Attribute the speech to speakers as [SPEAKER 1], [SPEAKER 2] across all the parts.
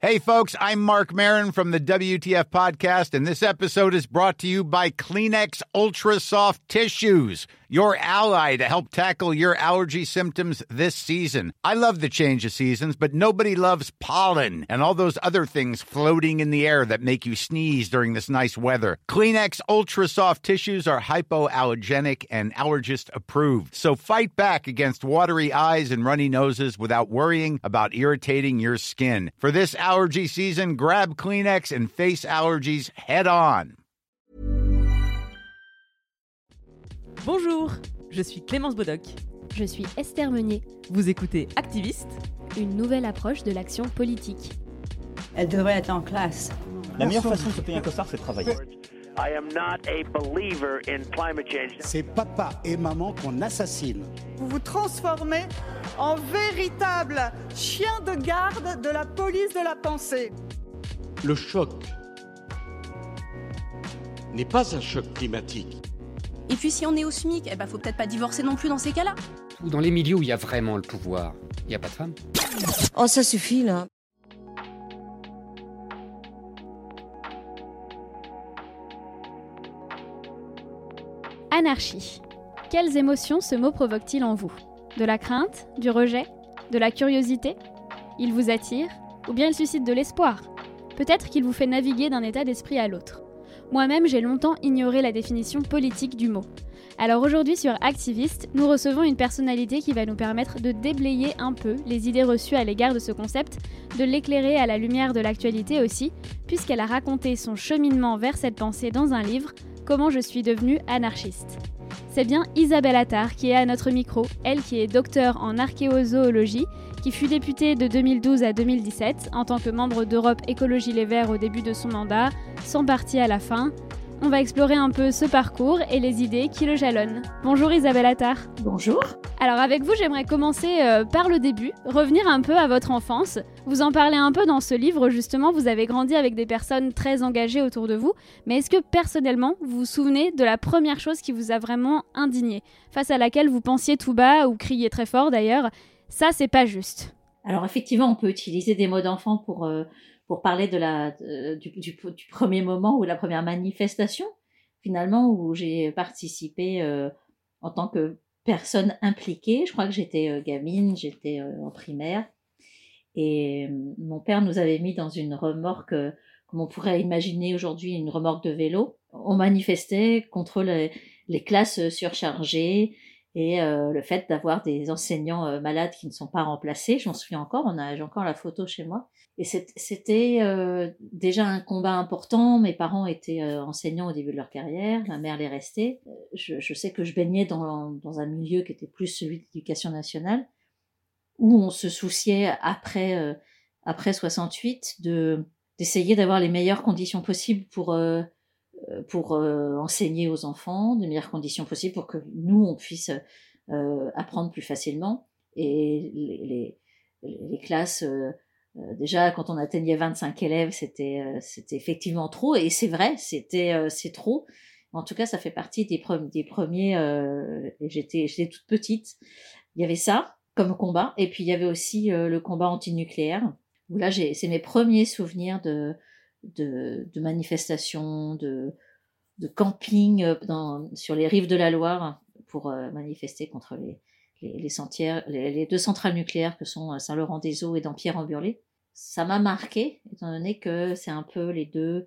[SPEAKER 1] Hey, folks, I'm Mark Maron from the WTF Podcast, and this episode is brought to you by Kleenex Ultra Soft Tissues, your ally to help tackle your allergy symptoms this season. I love the change of seasons, but nobody loves pollen and all those other things floating in the air that make you sneeze during this nice weather. Kleenex Ultra Soft Tissues are hypoallergenic and allergist approved, so fight back against watery eyes and runny noses without worrying about irritating your skin. For this allergy season, grab Kleenex and face allergies head on.
[SPEAKER 2] Bonjour, je suis Clémence Bodoc.
[SPEAKER 3] Je suis Esther Meunier.
[SPEAKER 2] Vous écoutez Activiste,
[SPEAKER 3] une nouvelle approche de l'action politique.
[SPEAKER 4] Elle devrait être en classe.
[SPEAKER 5] La meilleure façon de se payer un costard, c'est de travailler.
[SPEAKER 6] I am not a believer in climate change.
[SPEAKER 7] C'est papa et maman qu'on assassine.
[SPEAKER 8] Vous vous transformez en véritable chien de garde de la police de la pensée.
[SPEAKER 9] Le choc n'est pas un choc climatique.
[SPEAKER 10] Et puis si on est au SMIC, faut peut-être pas divorcer non plus dans ces cas-là.
[SPEAKER 11] Dans les milieux où il y a vraiment le pouvoir, il n'y a pas de femmes.
[SPEAKER 4] Oh, ça suffit là.
[SPEAKER 3] Anarchie. Quelles émotions ce mot provoque-t-il en vous ? De la crainte ? Du rejet ? De la curiosité ? Il vous attire ? Ou bien il suscite de l'espoir ? Peut-être qu'il vous fait naviguer d'un état d'esprit à l'autre. Moi-même, j'ai longtemps ignoré la définition politique du mot. Alors aujourd'hui sur Activiste, nous recevons une personnalité qui va nous permettre de déblayer un peu les idées reçues à l'égard de ce concept, de l'éclairer à la lumière de l'actualité aussi, puisqu'elle a raconté son cheminement vers cette pensée dans un livre, Comment je suis devenue anarchiste. C'est bien Isabelle Attard qui est à notre micro, elle qui est docteure en archéozoologie, qui fut députée de 2012 à 2017 en tant que membre d'Europe Écologie Les Verts au début de son mandat, sans parti à la fin. On va explorer un peu ce parcours et les idées qui le jalonnent. Bonjour Isabelle Attard.
[SPEAKER 4] Bonjour.
[SPEAKER 3] Alors avec vous, j'aimerais commencer par le début, revenir un peu à votre enfance. Vous en parlez un peu dans ce livre, justement, vous avez grandi avec des personnes très engagées autour de vous, mais est-ce que personnellement, vous vous souvenez de la première chose qui vous a vraiment indigné, face à laquelle vous pensiez tout bas ou criez très fort d'ailleurs, ça c'est pas juste.
[SPEAKER 12] Alors effectivement, on peut utiliser des mots d'enfant pour parler du premier moment ou la première manifestation, finalement, où j'ai participé en tant que personne impliquée. Je crois que j'étais gamine, j'étais en primaire. Et mon père nous avait mis dans une remorque, comme on pourrait imaginer aujourd'hui, une remorque de vélo. On manifestait contre les classes surchargées et le fait d'avoir des enseignants malades qui ne sont pas remplacés. Je m'en souviens encore, j'ai encore la photo chez moi. Et c'était déjà un combat important. Mes parents étaient enseignants au début de leur carrière, ma mère l'est restée. Je sais que je baignais dans un milieu qui était plus celui de l'éducation nationale, où on se souciait après 68 d'essayer d'avoir les meilleures conditions possibles pour enseigner aux enfants, de meilleures conditions possibles pour que nous, on puisse apprendre plus facilement. Et les classes, déjà, quand on atteignait 25 élèves, c'était effectivement trop. Et c'est vrai, c'est trop. En tout cas, ça fait partie des premiers... et j'étais toute petite. Il y avait ça comme combat. Et puis, il y avait aussi le combat antinucléaire, où là, c'est mes premiers souvenirs de manifestations, de camping sur les rives de la Loire pour manifester contre les deux centrales nucléaires que sont Saint-Laurent-des-Eaux et Dampierre-en-Burlay. Ça m'a marqué, étant donné que c'est un peu les deux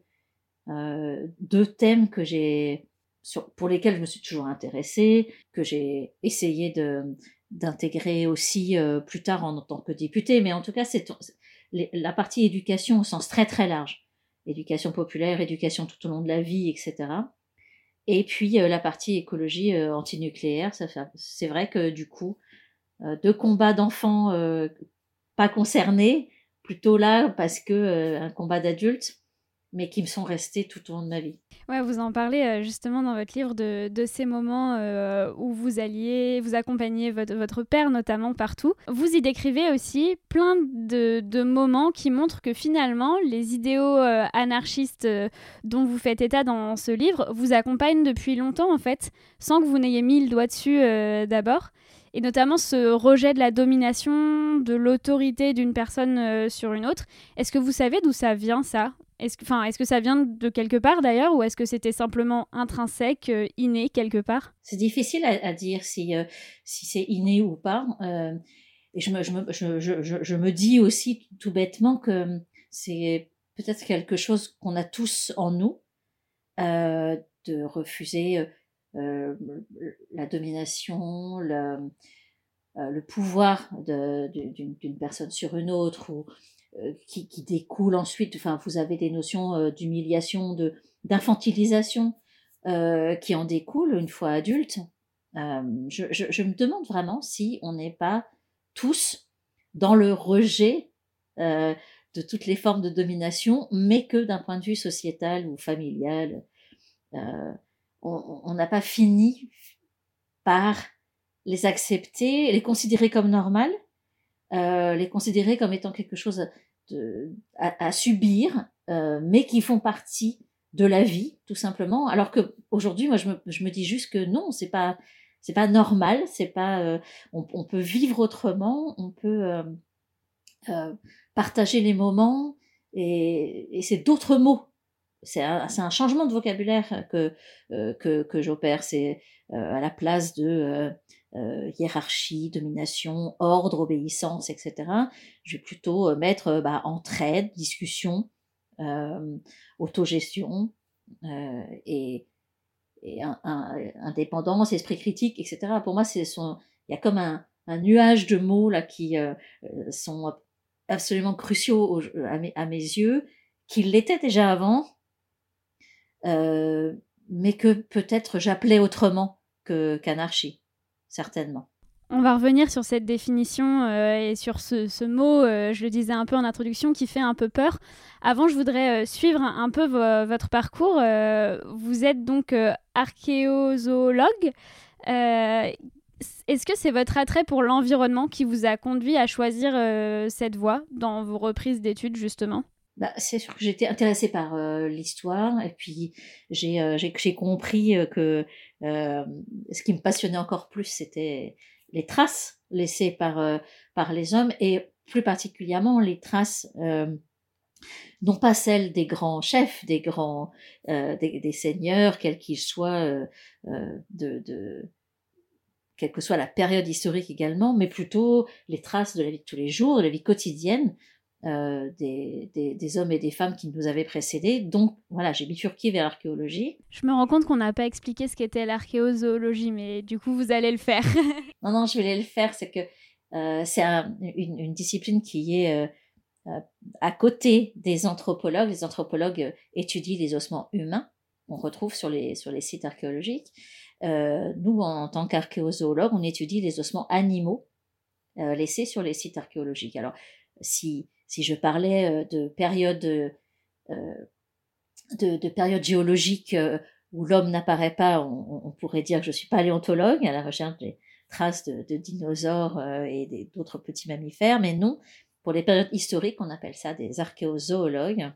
[SPEAKER 12] thèmes pour lesquels je me suis toujours intéressée, que j'ai essayé d'intégrer aussi plus tard en tant que députée. Mais en tout cas, c'est la partie éducation au sens très très large. Éducation populaire, éducation tout au long de la vie, etc. Et puis la partie écologie antinucléaire, c'est vrai que du coup, deux combats d'enfants pas concernés, plutôt là parce que un combat d'adultes, mais qui me sont restés tout au long de ma vie.
[SPEAKER 3] Ouais, vous en parlez justement dans votre livre de ces moments où vous accompagnez votre père notamment partout. Vous y décrivez aussi plein de moments qui montrent que finalement les idéaux anarchistes dont vous faites état dans ce livre vous accompagnent depuis longtemps en fait, sans que vous n'ayez mis le doigt dessus d'abord. et notamment ce rejet de la domination, de l'autorité d'une personne sur une autre. Est-ce que vous savez d'où ça vient, ça ? Est-ce que ça vient de quelque part d'ailleurs, ou est-ce que c'était simplement intrinsèque, inné quelque part ?
[SPEAKER 12] C'est difficile à dire si c'est inné ou pas. Et je me dis aussi tout bêtement que c'est peut-être quelque chose qu'on a tous en nous, de refuser la domination, le pouvoir d'une personne sur une autre, ou qui découle ensuite. Enfin, vous avez des notions d'humiliation, d'infantilisation qui en découlent une fois adulte. Je me demande vraiment si on n'est pas tous dans le rejet de toutes les formes de domination, mais que d'un point de vue sociétal ou familial, on n'a pas fini par les accepter, les considérer comme normales, les considérer comme étant quelque chose à subir, mais qui font partie de la vie, tout simplement. Alors que aujourd'hui, moi, je me dis juste que non, c'est pas normal, c'est pas. On peut vivre autrement, on peut partager les moments, et c'est d'autres mots. C'est un changement de vocabulaire que j'opère. C'est à la place de hiérarchie, domination, ordre, obéissance, etc. Je vais plutôt mettre entraide, discussion, autogestion et indépendance, esprit critique, etc. Pour moi, il y a comme un nuage de mots là qui sont absolument cruciaux à mes yeux, qui l'étaient déjà avant, mais que peut-être j'appelais autrement qu'anarchie, certainement.
[SPEAKER 3] On va revenir sur cette définition et sur ce mot, je le disais un peu en introduction, qui fait un peu peur. Avant, je voudrais suivre un peu votre parcours. Vous êtes donc archéozoologue. Est-ce que c'est votre attrait pour l'environnement qui vous a conduit à choisir cette voie dans vos reprises d'études, justement ?
[SPEAKER 12] C'est sûr que j'étais intéressée par l'histoire, et puis j'ai compris que ce qui me passionnait encore plus, c'était les traces laissées par les hommes, et plus particulièrement les traces, non pas celles des grands chefs, des seigneurs, quels qu'ils soient, quelle que soit la période historique également, mais plutôt les traces de la vie de tous les jours, de la vie quotidienne, des hommes et des femmes qui nous avaient précédés. Donc voilà, j'ai bifurqué vers l'archéologie.
[SPEAKER 3] Je me rends compte qu'on n'a pas expliqué ce qu'était l'archéozoologie, mais du coup vous allez le faire.
[SPEAKER 12] Non, je vais le faire. C'est que c'est une discipline qui est à côté des anthropologues. Les anthropologues étudient les ossements humains qu'on retrouve sur les sites archéologiques. Nous, en tant qu'archéozoologues, on étudie les ossements animaux laissés sur les sites archéologiques. Alors, si je parlais de périodes géologiques où l'homme n'apparaît pas, on pourrait dire que je suis paléontologue à la recherche des traces de dinosaures et d'autres petits mammifères, mais non, pour les périodes historiques, on appelle ça des archéozoologues.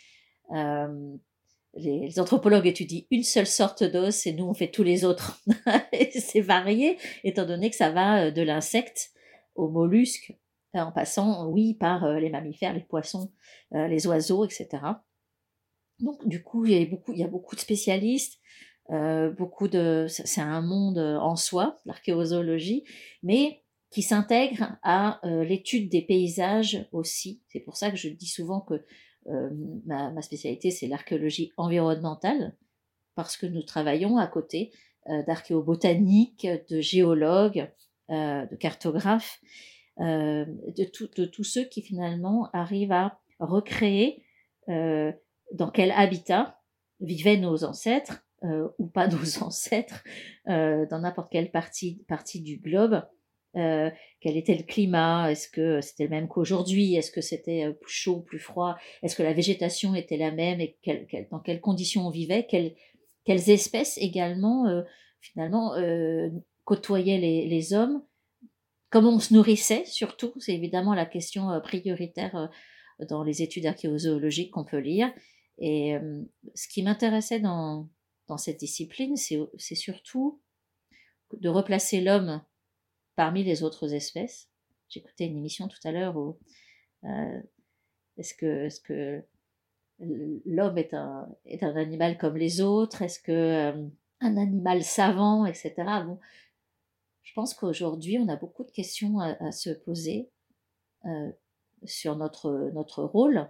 [SPEAKER 12] Les anthropologues étudient une seule sorte d'os, et nous on fait tous les autres. Et c'est varié, étant donné que ça va de l'insecte aux mollusques, en passant, par les mammifères, les poissons, les oiseaux, etc. Donc, du coup, il y a beaucoup de spécialistes, c'est un monde en soi, l'archéozoologie, mais qui s'intègre à l'étude des paysages aussi. C'est pour ça que je dis souvent que ma spécialité, c'est l'archéologie environnementale, parce que nous travaillons à côté d'archéobotaniques, de géologues, de cartographes, de tous ceux qui finalement arrivent à recréer dans quel habitat vivaient nos ancêtres, ou pas nos ancêtres, dans n'importe quelle partie du globe. Quel était le climat? Est-ce que c'était le même qu'aujourd'hui? Est-ce que c'était plus chaud, plus froid? Est-ce que la végétation était la même, et dans quelles conditions on vivait? Quelles espèces également finalement côtoyaient les hommes? Comment on se nourrissait surtout? C'est évidemment la question prioritaire dans les études archéozoologiques qu'on peut lire. Et ce qui m'intéressait dans cette discipline, c'est surtout de replacer l'homme parmi les autres espèces. J'écoutais une émission tout à l'heure où est-ce que l'homme est un animal comme les autres? Est-ce que un animal savant, etc. Bon, je pense qu'aujourd'hui, on a beaucoup de questions à se poser sur notre rôle.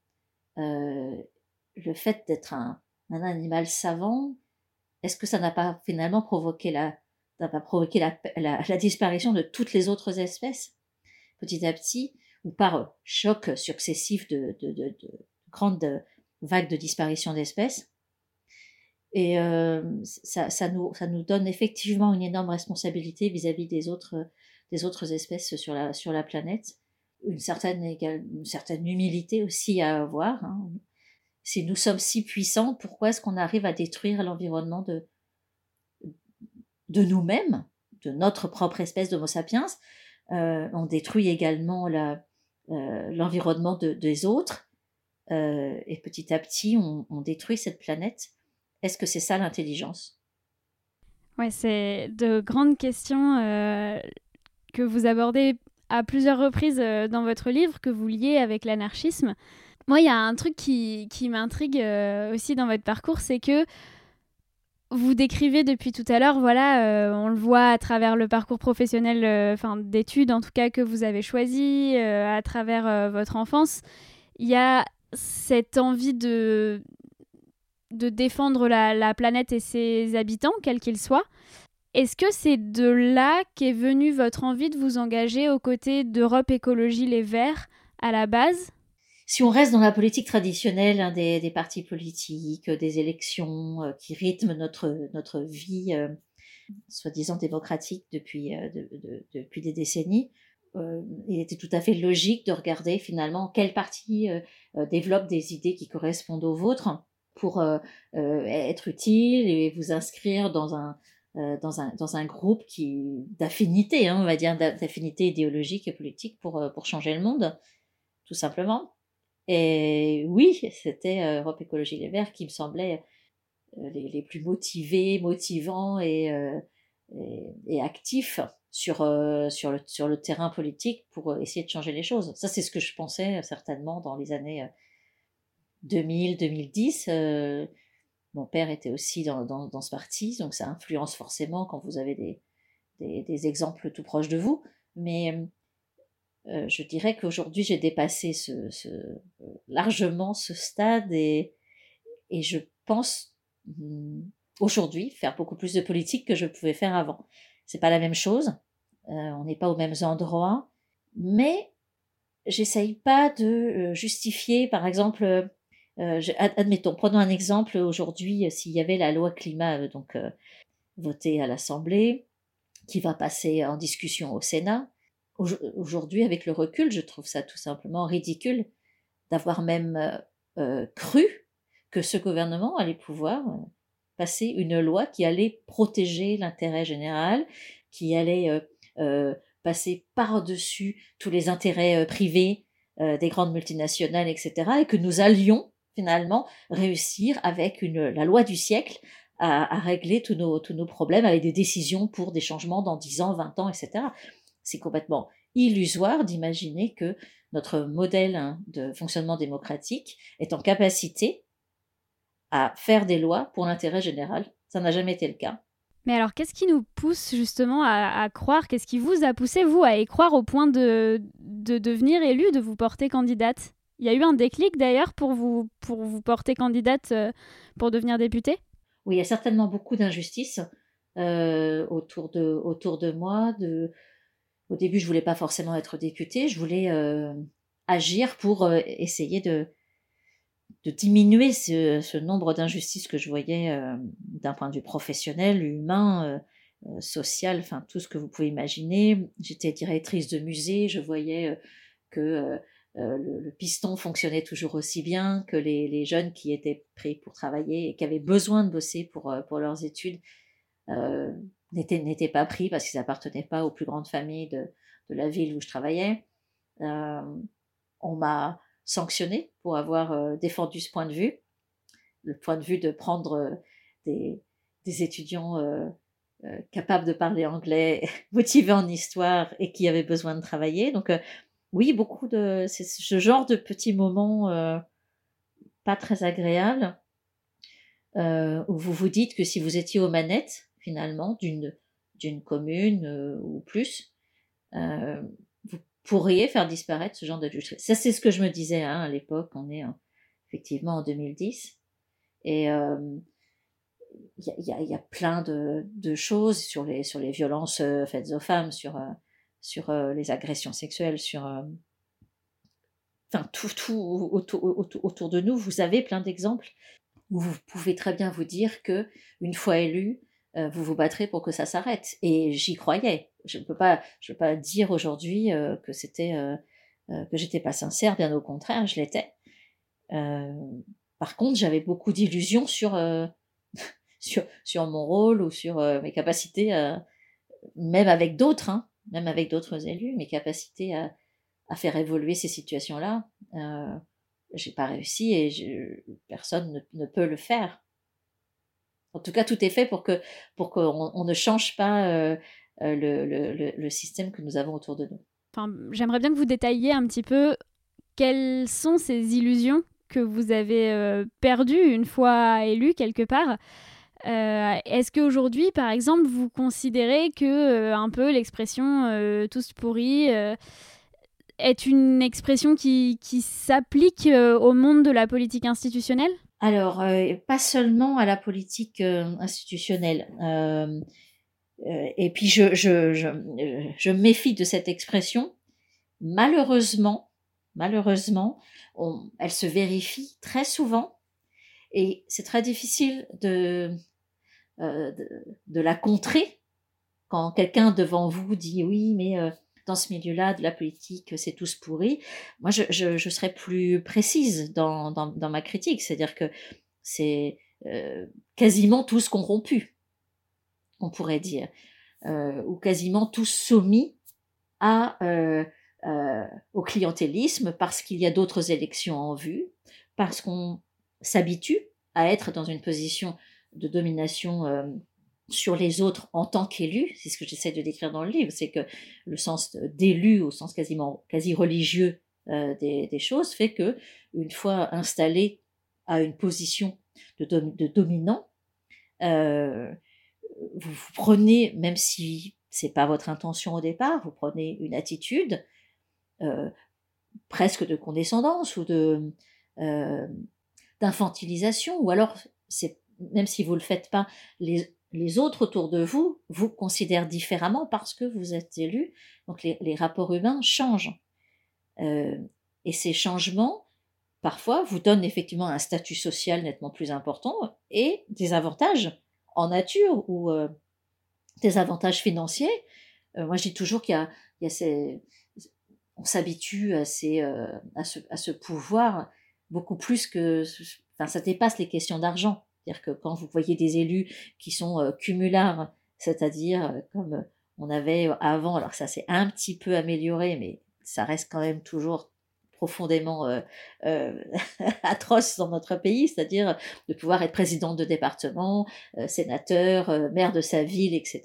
[SPEAKER 12] Le fait d'être un animal savant, est-ce que ça n'a pas finalement provoqué la disparition de toutes les autres espèces petit à petit, ou par choc successif de grandes vagues de disparition d'espèces? Et ça nous donne effectivement une énorme responsabilité vis-à-vis des autres espèces sur la planète, une certaine humilité aussi à avoir, hein. Si nous sommes si puissants, pourquoi est-ce qu'on arrive à détruire l'environnement de nous-mêmes, de notre propre espèce d'Homo sapiens? On détruit également l'environnement des autres, et petit à petit, on détruit cette planète. Est-ce que c'est ça l'intelligence?
[SPEAKER 3] Ouais, c'est de grandes questions que vous abordez à plusieurs reprises dans votre livre, que vous liez avec l'anarchisme. Moi, il y a un truc qui m'intrigue aussi dans votre parcours, c'est que vous décrivez depuis tout à l'heure, voilà, on le voit à travers le parcours professionnel, d'études en tout cas, que vous avez choisi, à travers votre enfance. Il y a cette envie de défendre la planète et ses habitants, quels qu'ils soient. Est-ce que c'est de là qu'est venue votre envie de vous engager aux côtés d'Europe Écologie Les Verts à la base?
[SPEAKER 12] Si on reste dans la politique traditionnelle, hein, des partis politiques, des élections qui rythment notre vie soi-disant démocratique depuis des décennies, il était tout à fait logique de regarder finalement quel parti développe des idées qui correspondent aux vôtres pour être utile et vous inscrire dans un groupe d'affinité, hein, on va dire, d'affinité idéologique et politique pour changer le monde, tout simplement. Et oui, c'était Europe Écologie Les Verts qui me semblait les plus motivants et actifs sur le terrain politique pour essayer de changer les choses. Ça, c'est ce que je pensais certainement dans les années 2000-2010. Mon père était aussi dans ce parti, donc ça influence forcément quand vous avez des exemples tout proches de vous. Mais je dirais qu'aujourd'hui, j'ai dépassé largement ce stade et je pense aujourd'hui faire beaucoup plus de politique que je pouvais faire avant. C'est pas la même chose, on n'est pas aux mêmes endroits, mais j'essaye pas de justifier, par exemple, admettons, prenons un exemple, aujourd'hui, s'il y avait la loi climat votée à l'Assemblée, qui va passer en discussion au Sénat. Aujourd'hui, avec le recul, je trouve ça tout simplement ridicule d'avoir même cru que ce gouvernement allait pouvoir passer une loi qui allait protéger l'intérêt général, qui allait passer par-dessus tous les intérêts privés des grandes multinationales, etc., et que nous allions finalement réussir avec la loi du siècle à régler tous nos problèmes avec des décisions pour des changements dans 10 ans, 20 ans, etc. C'est complètement illusoire d'imaginer que notre modèle de fonctionnement démocratique est en capacité à faire des lois pour l'intérêt général. Ça n'a jamais été le cas.
[SPEAKER 3] Mais alors, qu'est-ce qui nous pousse justement à croire? Qu'est-ce qui vous a poussé, vous, à y croire au point de devenir élu, de vous porter candidate? Il y a eu un déclic d'ailleurs pour vous porter candidate pour devenir députée?
[SPEAKER 12] Oui, il y a certainement beaucoup d'injustices autour de moi. Au début, je voulais pas forcément être députée, je voulais agir pour essayer de diminuer ce nombre d'injustices que je voyais d'un point de vue professionnel, humain, social, enfin tout ce que vous pouvez imaginer. J'étais directrice de musée, je voyais que le piston fonctionnait toujours aussi bien, que les jeunes qui étaient prêts pour travailler et qui avaient besoin de bosser pour leurs études n'étaient pas pris parce qu'ils n'appartenaient pas aux plus grandes familles de la ville où je travaillais. On m'a sanctionné pour avoir défendu ce point de vue, le point de vue de prendre des étudiants capable de parler anglais, motivé en histoire et qui avait besoin de travailler. Donc oui, c'est ce genre de petits moments pas très agréables où vous vous dites que si vous étiez aux manettes finalement d'une commune ou plus, vous pourriez faire disparaître ce genre d'industrie. Ça, c'est ce que je me disais à l'époque. On est effectivement en 2010 et il y a plein de choses sur les violences faites aux femmes, sur les agressions sexuelles, tout autour de nous. Vous avez plein d'exemples où vous pouvez très bien vous dire que une fois élu, vous vous battrez pour que ça s'arrête. Et j'y croyais. Je peux pas dire aujourd'hui que j'étais pas sincère. Bien au contraire, je l'étais. Par contre, j'avais beaucoup d'illusions sur mon rôle ou sur mes capacités, même avec d'autres élus, mes capacités à faire évoluer ces situations-là. J'ai pas réussi et personne ne peut le faire. En tout cas, tout est fait pour qu'on ne change pas le système que nous avons autour de nous.
[SPEAKER 3] Enfin, j'aimerais bien que vous détailliez un petit peu quelles sont ces illusions que vous avez perdues une fois élu quelque part. Est-ce qu'aujourd'hui, par exemple, vous considérez que un peu l'expression tous pourris est une expression qui s'applique au monde de la politique institutionnelle ?
[SPEAKER 12] Alors, pas seulement à la politique institutionnelle. Et puis, je me méfie de cette expression. Malheureusement, elle se vérifie très souvent et c'est très difficile de la contrer quand quelqu'un devant vous dit oui, mais dans ce milieu-là de la politique, c'est tous pourris. Moi, je serais plus précise dans ma critique, c'est-à-dire que c'est quasiment tous corrompus, on pourrait dire, ou quasiment tous soumis au clientélisme parce qu'il y a d'autres élections en vue, parce qu'on s'habitue à être dans une position de domination sur les autres en tant qu'élu. C'est ce que j'essaie de décrire dans le livre, c'est que le sens d'élu au sens quasi religieux des choses fait que une fois installé à une position de dominant, vous prenez, même si c'est pas votre intention au départ, vous prenez une attitude presque de condescendance ou d'infantilisation, ou alors même si vous le faites pas, les autres autour de vous vous considèrent différemment parce que vous êtes élu. Donc les rapports humains changent. Et ces changements, parfois, vous donnent effectivement un statut social nettement plus important et des avantages en nature ou des avantages financiers. Moi, je dis toujours qu'il y a on s'habitue à ce pouvoir beaucoup plus que... Enfin, ça dépasse les questions d'argent. C'est-à-dire que quand vous voyez des élus qui sont cumulards, c'est-à-dire comme on avait avant, alors ça s'est un petit peu amélioré, mais ça reste quand même toujours profondément atroce dans notre pays, c'est-à-dire de pouvoir être président de département, sénateur, maire de sa ville, etc.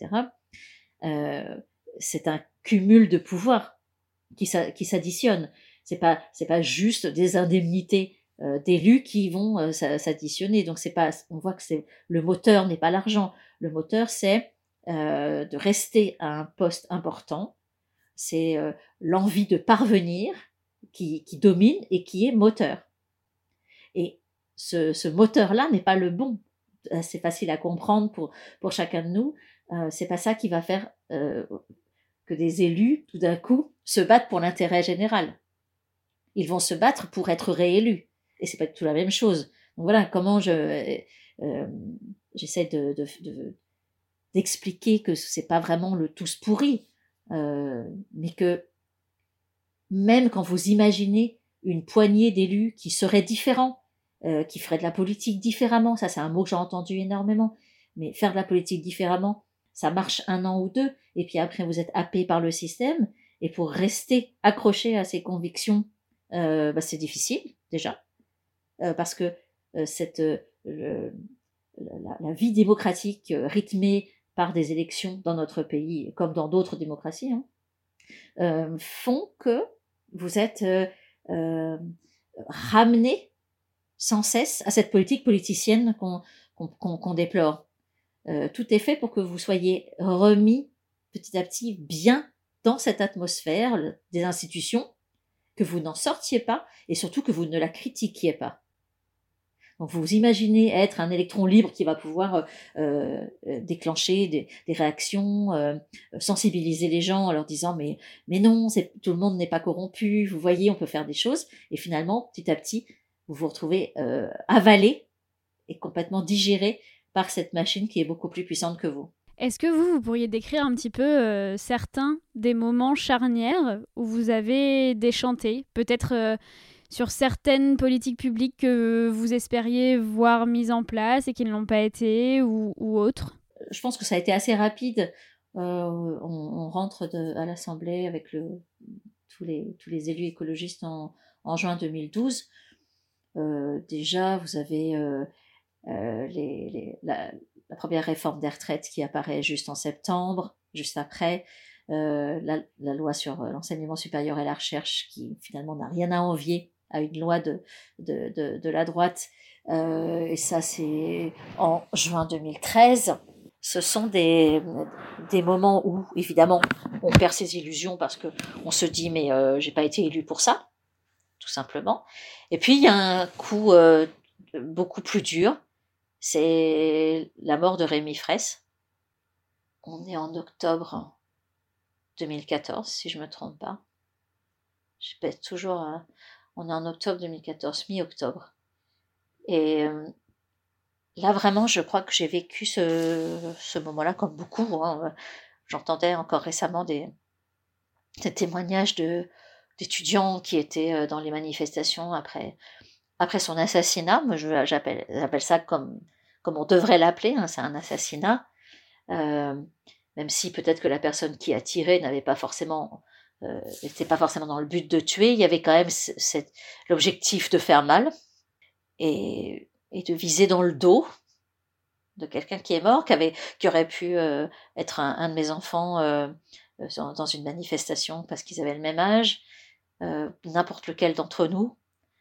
[SPEAKER 12] C'est un cumul de pouvoirs qui s'additionnent. C'est pas juste des indemnités d'élus qui vont s'additionner. Donc on voit que le moteur n'est pas l'argent. Le moteur, c'est de rester à un poste important. C'est l'envie de parvenir qui domine et qui est moteur. Et ce moteur-là n'est pas le bon. C'est facile à comprendre pour chacun de nous. C'est pas ça qui va faire que des élus, tout d'un coup, se battent pour l'intérêt général. Ils vont se battre pour être réélus. Et c'est pas du tout la même chose. Donc voilà comment j'essaie d'expliquer que c'est pas vraiment le tous pourri, mais que même quand vous imaginez une poignée d'élus qui seraient différents, qui feraient de la politique différemment, ça c'est un mot que j'ai entendu énormément, mais faire de la politique différemment, ça marche 1 an ou 2, et puis après vous êtes happé par le système, et pour rester accroché à ses convictions, c'est difficile déjà, parce que la vie démocratique rythmée par des élections dans notre pays, comme dans d'autres démocraties, font que vous êtes ramené sans cesse à cette politique politicienne qu'on déplore. Tout est fait pour que vous soyez remis petit à petit bien dans cette atmosphère des institutions, que vous n'en sortiez pas et surtout que vous ne la critiquiez pas. Donc vous imaginez être un électron libre qui va pouvoir déclencher des réactions, sensibiliser les gens en leur disant mais non, tout le monde n'est pas corrompu, vous voyez, on peut faire des choses, et finalement petit à petit vous vous retrouvez avalé et complètement digéré par cette machine qui est beaucoup plus puissante que vous.
[SPEAKER 3] Est-ce que vous pourriez décrire un petit peu certains des moments charnières où vous avez déchanté, peut-être sur certaines politiques publiques que vous espériez voir mises en place et qui ne l'ont pas été, ou autres?
[SPEAKER 12] Je pense que ça a été assez rapide. On rentre à l'Assemblée avec tous les élus écologistes en juin 2012. Déjà, vous avez la première réforme des retraites qui apparaît juste en septembre, juste après, la loi sur l'enseignement supérieur et la recherche qui finalement n'a rien à envier à une loi de la droite, et ça c'est en juin 2013. Ce sont des moments où évidemment on perd ses illusions parce que on se dit mais j'ai pas été élu pour ça, tout simplement. Et puis il y a un coup beaucoup plus dur, c'est la mort de Rémi Fraisse. On est en octobre 2014, si je me trompe pas. Je pèse toujours. On est en octobre 2014, mi-octobre. Et là, vraiment, je crois que j'ai vécu ce moment-là comme beaucoup. J'entendais encore récemment des témoignages d'étudiants qui étaient dans les manifestations après son assassinat. Moi, j'appelle ça comme on devrait l'appeler, c'est un assassinat. Même si peut-être que la personne qui a tiré n'était pas forcément dans le but de tuer, il y avait quand même l'objectif de faire mal et de viser dans le dos de quelqu'un qui est mort, qui aurait pu être un de mes enfants dans une manifestation parce qu'ils avaient le même âge, n'importe lequel d'entre nous,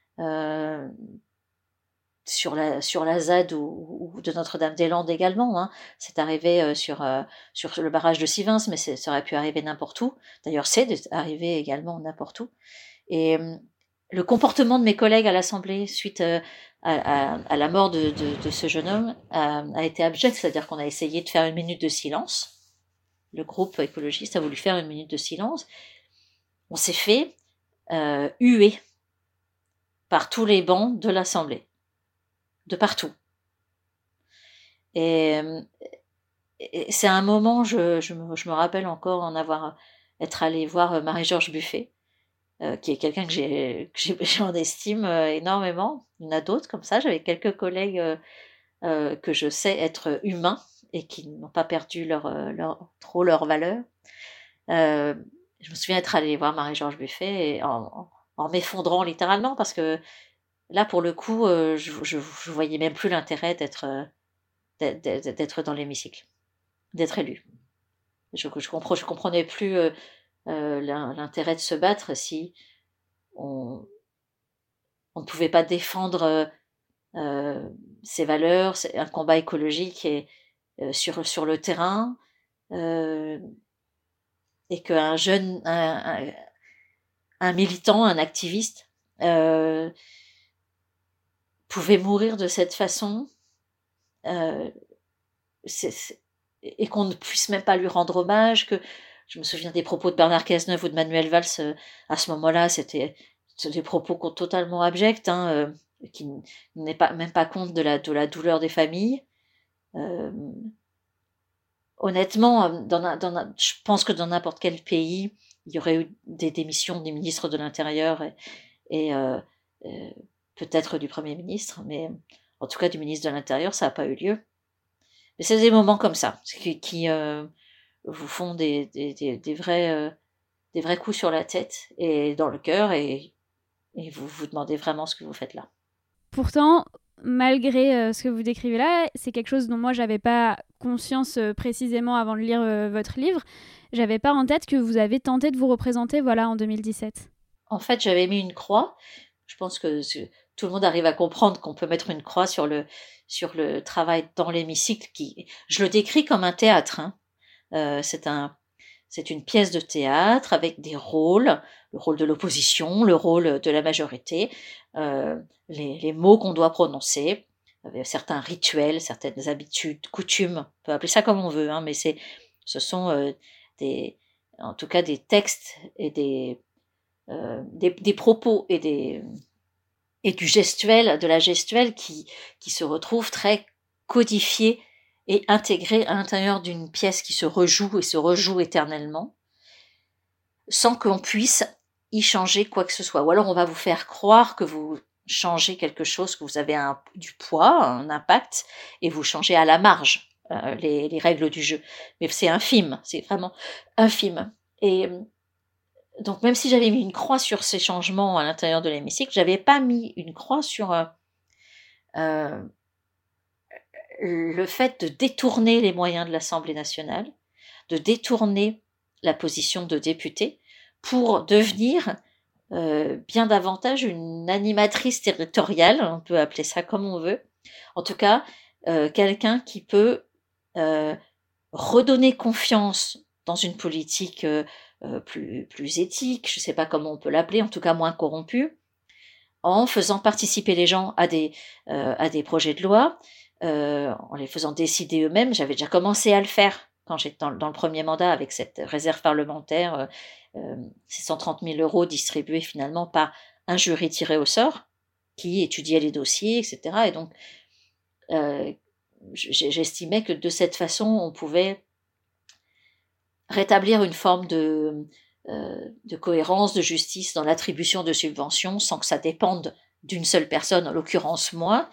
[SPEAKER 12] sur la ZAD ou de Notre-Dame-des-Landes également. C'est arrivé sur le barrage de Sivins, mais ça aurait pu arriver n'importe où. D'ailleurs, c'est arrivé également n'importe où. Et le comportement de mes collègues à l'Assemblée suite à la mort de ce jeune homme a été abject, c'est-à-dire qu'on a essayé de faire une minute de silence. Le groupe écologiste a voulu faire une minute de silence. On s'est fait huer par tous les bancs de l'Assemblée. De partout. Et c'est un moment, je me rappelle encore être allée voir Marie-Georges Buffet, qui est quelqu'un que j'en estime énormément. Il y en a d'autres comme ça. J'avais quelques collègues que je sais être humains et qui n'ont pas perdu trop leur valeur. Je me souviens être allée voir Marie-Georges Buffet et en m'effondrant littéralement parce que là, pour le coup, je voyais même plus l'intérêt d'être dans l'hémicycle, d'être élu. Je comprenais plus l'intérêt de se battre si on ne pouvait pas défendre ses valeurs, un combat écologique sur le terrain, et qu'un jeune, un militant, un activiste pouvait mourir de cette façon, et qu'on ne puisse même pas lui rendre hommage. Que je me souviens des propos de Bernard Cazeneuve ou de Manuel Valls à ce moment-là, c'était des propos totalement abjects, qui n'est même pas compte de la douleur des familles. Honnêtement, je pense que dans n'importe quel pays, il y aurait eu des démissions des ministres de l'Intérieur et peut-être du Premier ministre, mais en tout cas du ministre de l'Intérieur, ça n'a pas eu lieu. Mais c'est des moments comme ça qui vous font des vrais coups sur la tête et dans le cœur, et vous vous demandez vraiment ce que vous faites là.
[SPEAKER 3] Pourtant, malgré ce que vous décrivez là, c'est quelque chose dont moi j'avais pas conscience précisément avant de lire votre livre. J'avais pas en tête que vous avez tenté de vous représenter en 2017.
[SPEAKER 12] En fait, j'avais mis une croix. Je pense que tout le monde arrive à comprendre qu'on peut mettre une croix sur le travail dans l'hémicycle. Je le décris comme un théâtre. C'est une pièce de théâtre avec des rôles, le rôle de l'opposition, le rôle de la majorité, les mots qu'on doit prononcer, certains rituels, certaines habitudes, coutumes, on peut appeler ça comme on veut, mais ce sont en tout cas des textes et des propos et du gestuel, de la gestuelle qui se retrouvent très codifiés et intégrés à l'intérieur d'une pièce qui se rejoue et se rejoue éternellement, sans qu'on puisse y changer quoi que ce soit. Ou alors on va vous faire croire que vous changez quelque chose, que vous avez du poids, un impact, et vous changez à la marge les règles du jeu. Mais c'est infime, c'est vraiment infime. Et donc même si j'avais mis une croix sur ces changements à l'intérieur de l'hémicycle, j'avais pas mis une croix sur le fait de détourner les moyens de l'Assemblée nationale, de détourner la position de député pour devenir bien davantage une animatrice territoriale, on peut appeler ça comme on veut, en tout cas quelqu'un qui peut redonner confiance dans une politique plus éthique, je ne sais pas comment on peut l'appeler, en tout cas moins corrompue, en faisant participer les gens à des projets de loi, en les faisant décider eux-mêmes. J'avais déjà commencé à le faire quand j'étais dans le premier mandat avec cette réserve parlementaire, ces 130 000 € distribués finalement par un jury tiré au sort qui étudiait les dossiers, etc. Et donc, j'estimais que de cette façon, on pouvait rétablir une forme de cohérence, de justice dans l'attribution de subventions sans que ça dépende d'une seule personne, en l'occurrence moi,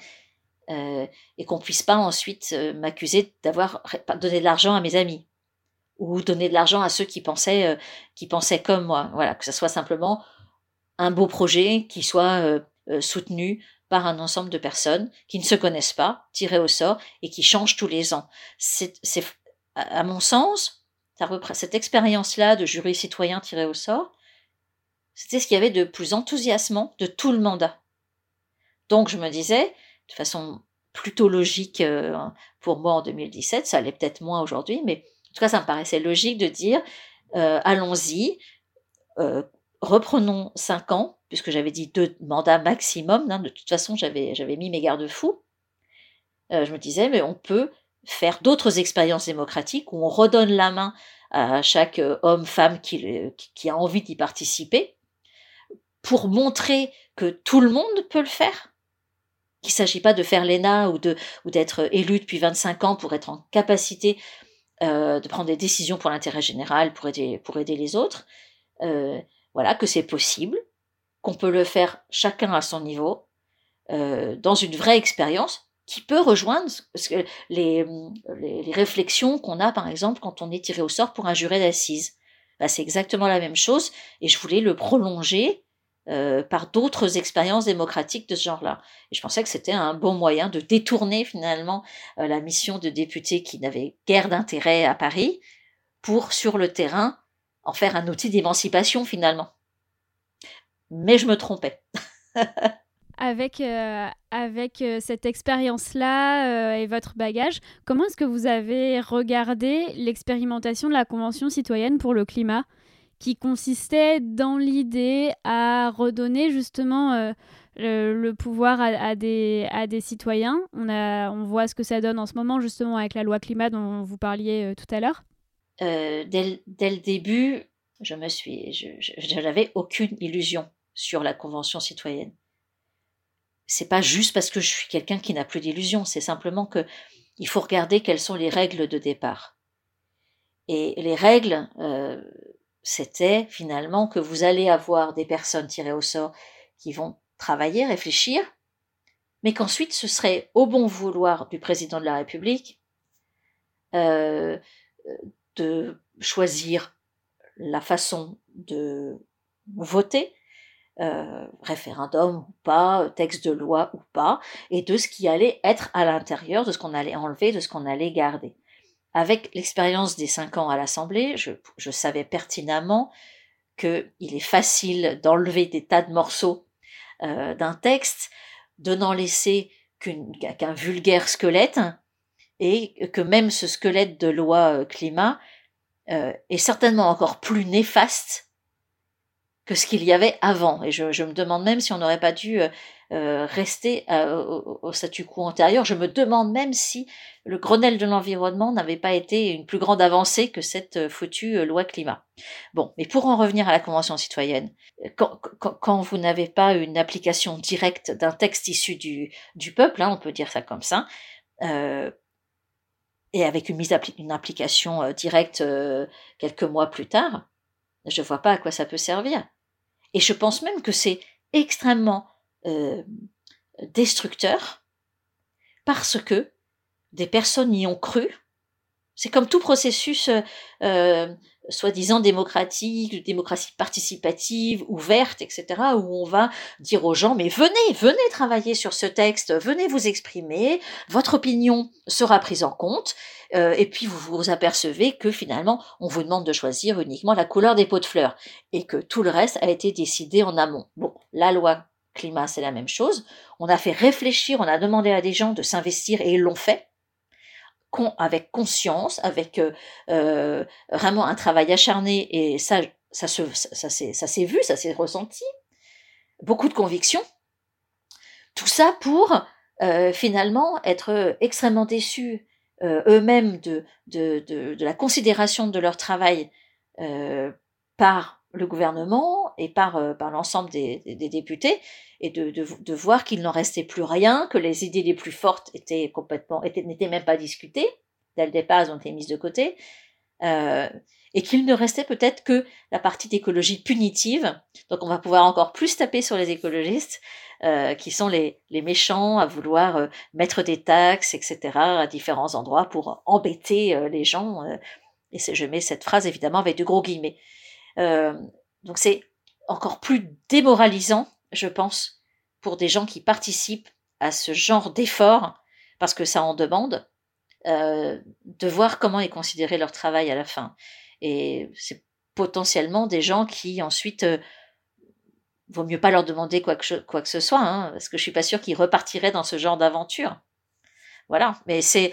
[SPEAKER 12] et qu'on puisse pas ensuite m'accuser d'avoir donné de l'argent à mes amis ou donné de l'argent à ceux qui pensaient comme moi. Voilà, que ce soit simplement un beau projet qui soit soutenu par un ensemble de personnes qui ne se connaissent pas, tirées au sort et qui changent tous les ans. C'est à mon sens, cette expérience-là de jury citoyen tiré au sort, c'était ce qu'il y avait de plus enthousiasmant de tout le mandat. Donc je me disais, de façon plutôt logique pour moi en 2017, ça allait peut-être moins aujourd'hui, mais en tout cas ça me paraissait logique de dire allons-y, reprenons 5 ans, puisque j'avais dit 2 mandats maximum, de toute façon j'avais mis mes garde-fous. Je me disais, mais on peut faire d'autres expériences démocratiques où on redonne la main à chaque homme, femme qui a envie d'y participer, pour montrer que tout le monde peut le faire, qu'il ne s'agit pas de faire l'ENA ou d'être élu depuis 25 ans pour être en capacité de prendre des décisions pour l'intérêt général, pour aider les autres. Voilà, que c'est possible, qu'on peut le faire chacun à son niveau, dans une vraie expérience qui peut rejoindre les réflexions qu'on a, par exemple, quand on est tiré au sort pour un jury d'assises. C'est exactement la même chose, et je voulais le prolonger par d'autres expériences démocratiques de ce genre-là. Et je pensais que c'était un bon moyen de détourner finalement la mission de député qui n'avait guère d'intérêt à Paris pour, sur le terrain, en faire un outil d'émancipation finalement. Mais je me trompais.
[SPEAKER 3] Avec cette expérience-là et votre bagage, comment est-ce que vous avez regardé l'expérimentation de la Convention citoyenne pour le climat, qui consistait dans l'idée à redonner justement le pouvoir à des citoyens. On voit ce que ça donne en ce moment justement avec la loi climat dont vous parliez tout à l'heure.
[SPEAKER 12] Dès le début, je n'avais aucune illusion sur la Convention citoyenne. C'est pas juste parce que je suis quelqu'un qui n'a plus d'illusions, c'est simplement que il faut regarder quelles sont les règles de départ. Et les règles, c'était finalement que vous allez avoir des personnes tirées au sort qui vont travailler, réfléchir, mais qu'ensuite ce serait au bon vouloir du président de la République de choisir la façon de voter, référendum ou pas, texte de loi ou pas, et de ce qui allait être à l'intérieur, de ce qu'on allait enlever, de ce qu'on allait garder. Avec l'expérience des 5 ans à l'Assemblée, je savais pertinemment qu'il est facile d'enlever des tas de morceaux d'un texte, de n'en laisser qu'un vulgaire squelette, et que même ce squelette de loi climat est certainement encore plus néfaste que ce qu'il y avait avant. Et je me demande même si on n'aurait pas dû rester au statu quo antérieur. Je me demande même si le Grenelle de l'environnement n'avait pas été une plus grande avancée que cette foutue loi climat. Bon, mais pour en revenir à la Convention citoyenne, quand vous n'avez pas une application directe d'un texte issu du peuple, on peut dire ça comme ça, et avec une application directe quelques mois plus tard, je ne vois pas à quoi ça peut servir. Et je pense même que c'est extrêmement destructeur parce que des personnes y ont cru. C'est comme tout processus soi-disant démocratique, démocratie participative, ouverte, etc., où on va dire aux gens, mais venez travailler sur ce texte, venez vous exprimer, votre opinion sera prise en compte, et puis vous vous apercevez que finalement, on vous demande de choisir uniquement la couleur des pots de fleurs, et que tout le reste a été décidé en amont. Bon, la loi climat, c'est la même chose. On a fait réfléchir, on a demandé à des gens de s'investir, et ils l'ont fait. Avec conscience, avec vraiment un travail acharné, et ça s'est vu, ça s'est ressenti, beaucoup de conviction, tout ça pour finalement être extrêmement déçus eux-mêmes de la considération de leur travail par le gouvernement et par l'ensemble des députés, et de voir qu'il n'en restait plus rien, que les idées les plus fortes n'étaient même pas discutées, dès le départ elles ont été mises de côté, et qu'il ne restait peut-être que la partie d'écologie punitive. Donc on va pouvoir encore plus taper sur les écologistes, qui sont les méchants à vouloir mettre des taxes, etc., à différents endroits pour embêter les gens, et je mets cette phrase évidemment avec de gros guillemets. Donc c'est encore plus démoralisant, je pense, pour des gens qui participent à ce genre d'effort, parce que ça en demande, de voir comment est considéré leur travail à la fin. Et c'est potentiellement des gens qui ensuite, vaut mieux pas leur demander quoi que ce soit, parce que je suis pas sûre qu'ils repartiraient dans ce genre d'aventure. Voilà, mais c'était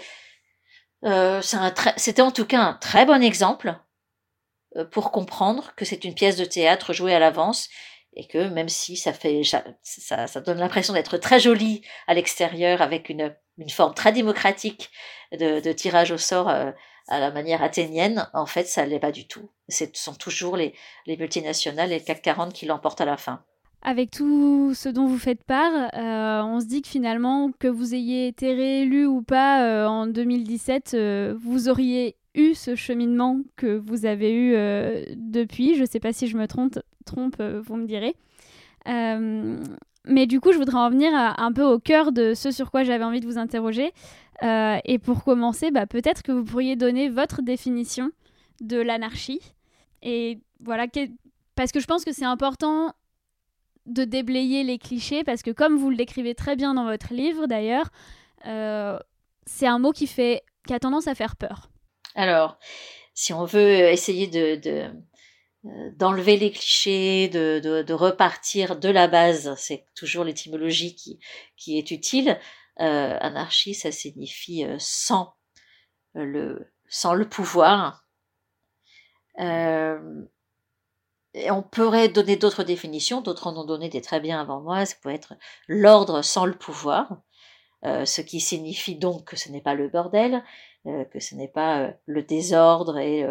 [SPEAKER 12] en tout cas un très bon exemple pour comprendre que c'est une pièce de théâtre jouée à l'avance, et que même si ça donne l'impression d'être très joli à l'extérieur, avec une forme très démocratique de tirage au sort à la manière athénienne, en fait ça ne l'est pas du tout. Ce sont toujours les multinationales et le CAC 40 qui l'emportent à la fin.
[SPEAKER 3] Avec tout ce dont vous faites part, on se dit que finalement, que vous ayez été réélu ou pas en 2017, vous auriez eu ce cheminement que vous avez eu depuis. Je ne sais pas si je me trompe, vous me direz. Mais du coup, je voudrais en venir un peu au cœur de ce sur quoi j'avais envie de vous interroger. Et pour commencer, peut-être que vous pourriez donner votre définition de l'anarchie. Et voilà, parce que je pense que c'est important de déblayer les clichés, parce que comme vous le décrivez très bien dans votre livre d'ailleurs, c'est un mot qui a tendance à faire peur. Alors,
[SPEAKER 12] si on veut essayer d'enlever les clichés, de repartir de la base, c'est toujours l'étymologie qui est utile. Anarchie, ça signifie sans le pouvoir. Et on pourrait donner d'autres définitions, d'autres en ont donné des très bien avant moi. Ça peut être l'ordre sans le pouvoir, ce qui signifie donc que ce n'est pas le bordel, que ce n'est pas le désordre et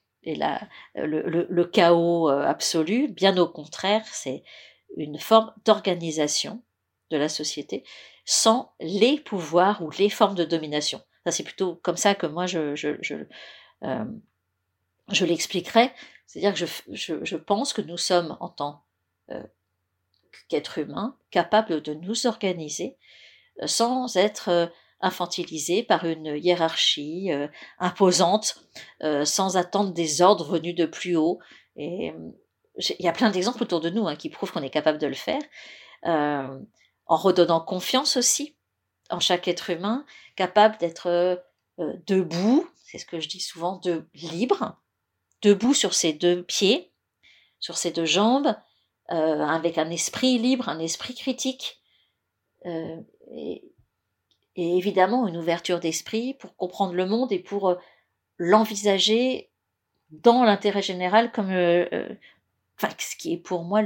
[SPEAKER 12] le chaos absolu. Bien au contraire, c'est une forme d'organisation de la société sans les pouvoirs ou les formes de domination. Ça, c'est plutôt comme ça que moi je l'expliquerai. C'est-à-dire que je pense que nous sommes, en tant qu'êtres humains, capables de nous organiser sans être infantilisés par une hiérarchie imposante, sans attendre des ordres venus de plus haut. Et il y a plein d'exemples autour de nous qui prouvent qu'on est capable de le faire, en redonnant confiance aussi en chaque être humain, capable d'être debout, c'est ce que je dis souvent, libre, debout sur ses 2 pieds, sur ses 2 jambes, avec un esprit libre, un esprit critique, et évidemment une ouverture d'esprit pour comprendre le monde et pour l'envisager dans l'intérêt général comme ce qui est pour moi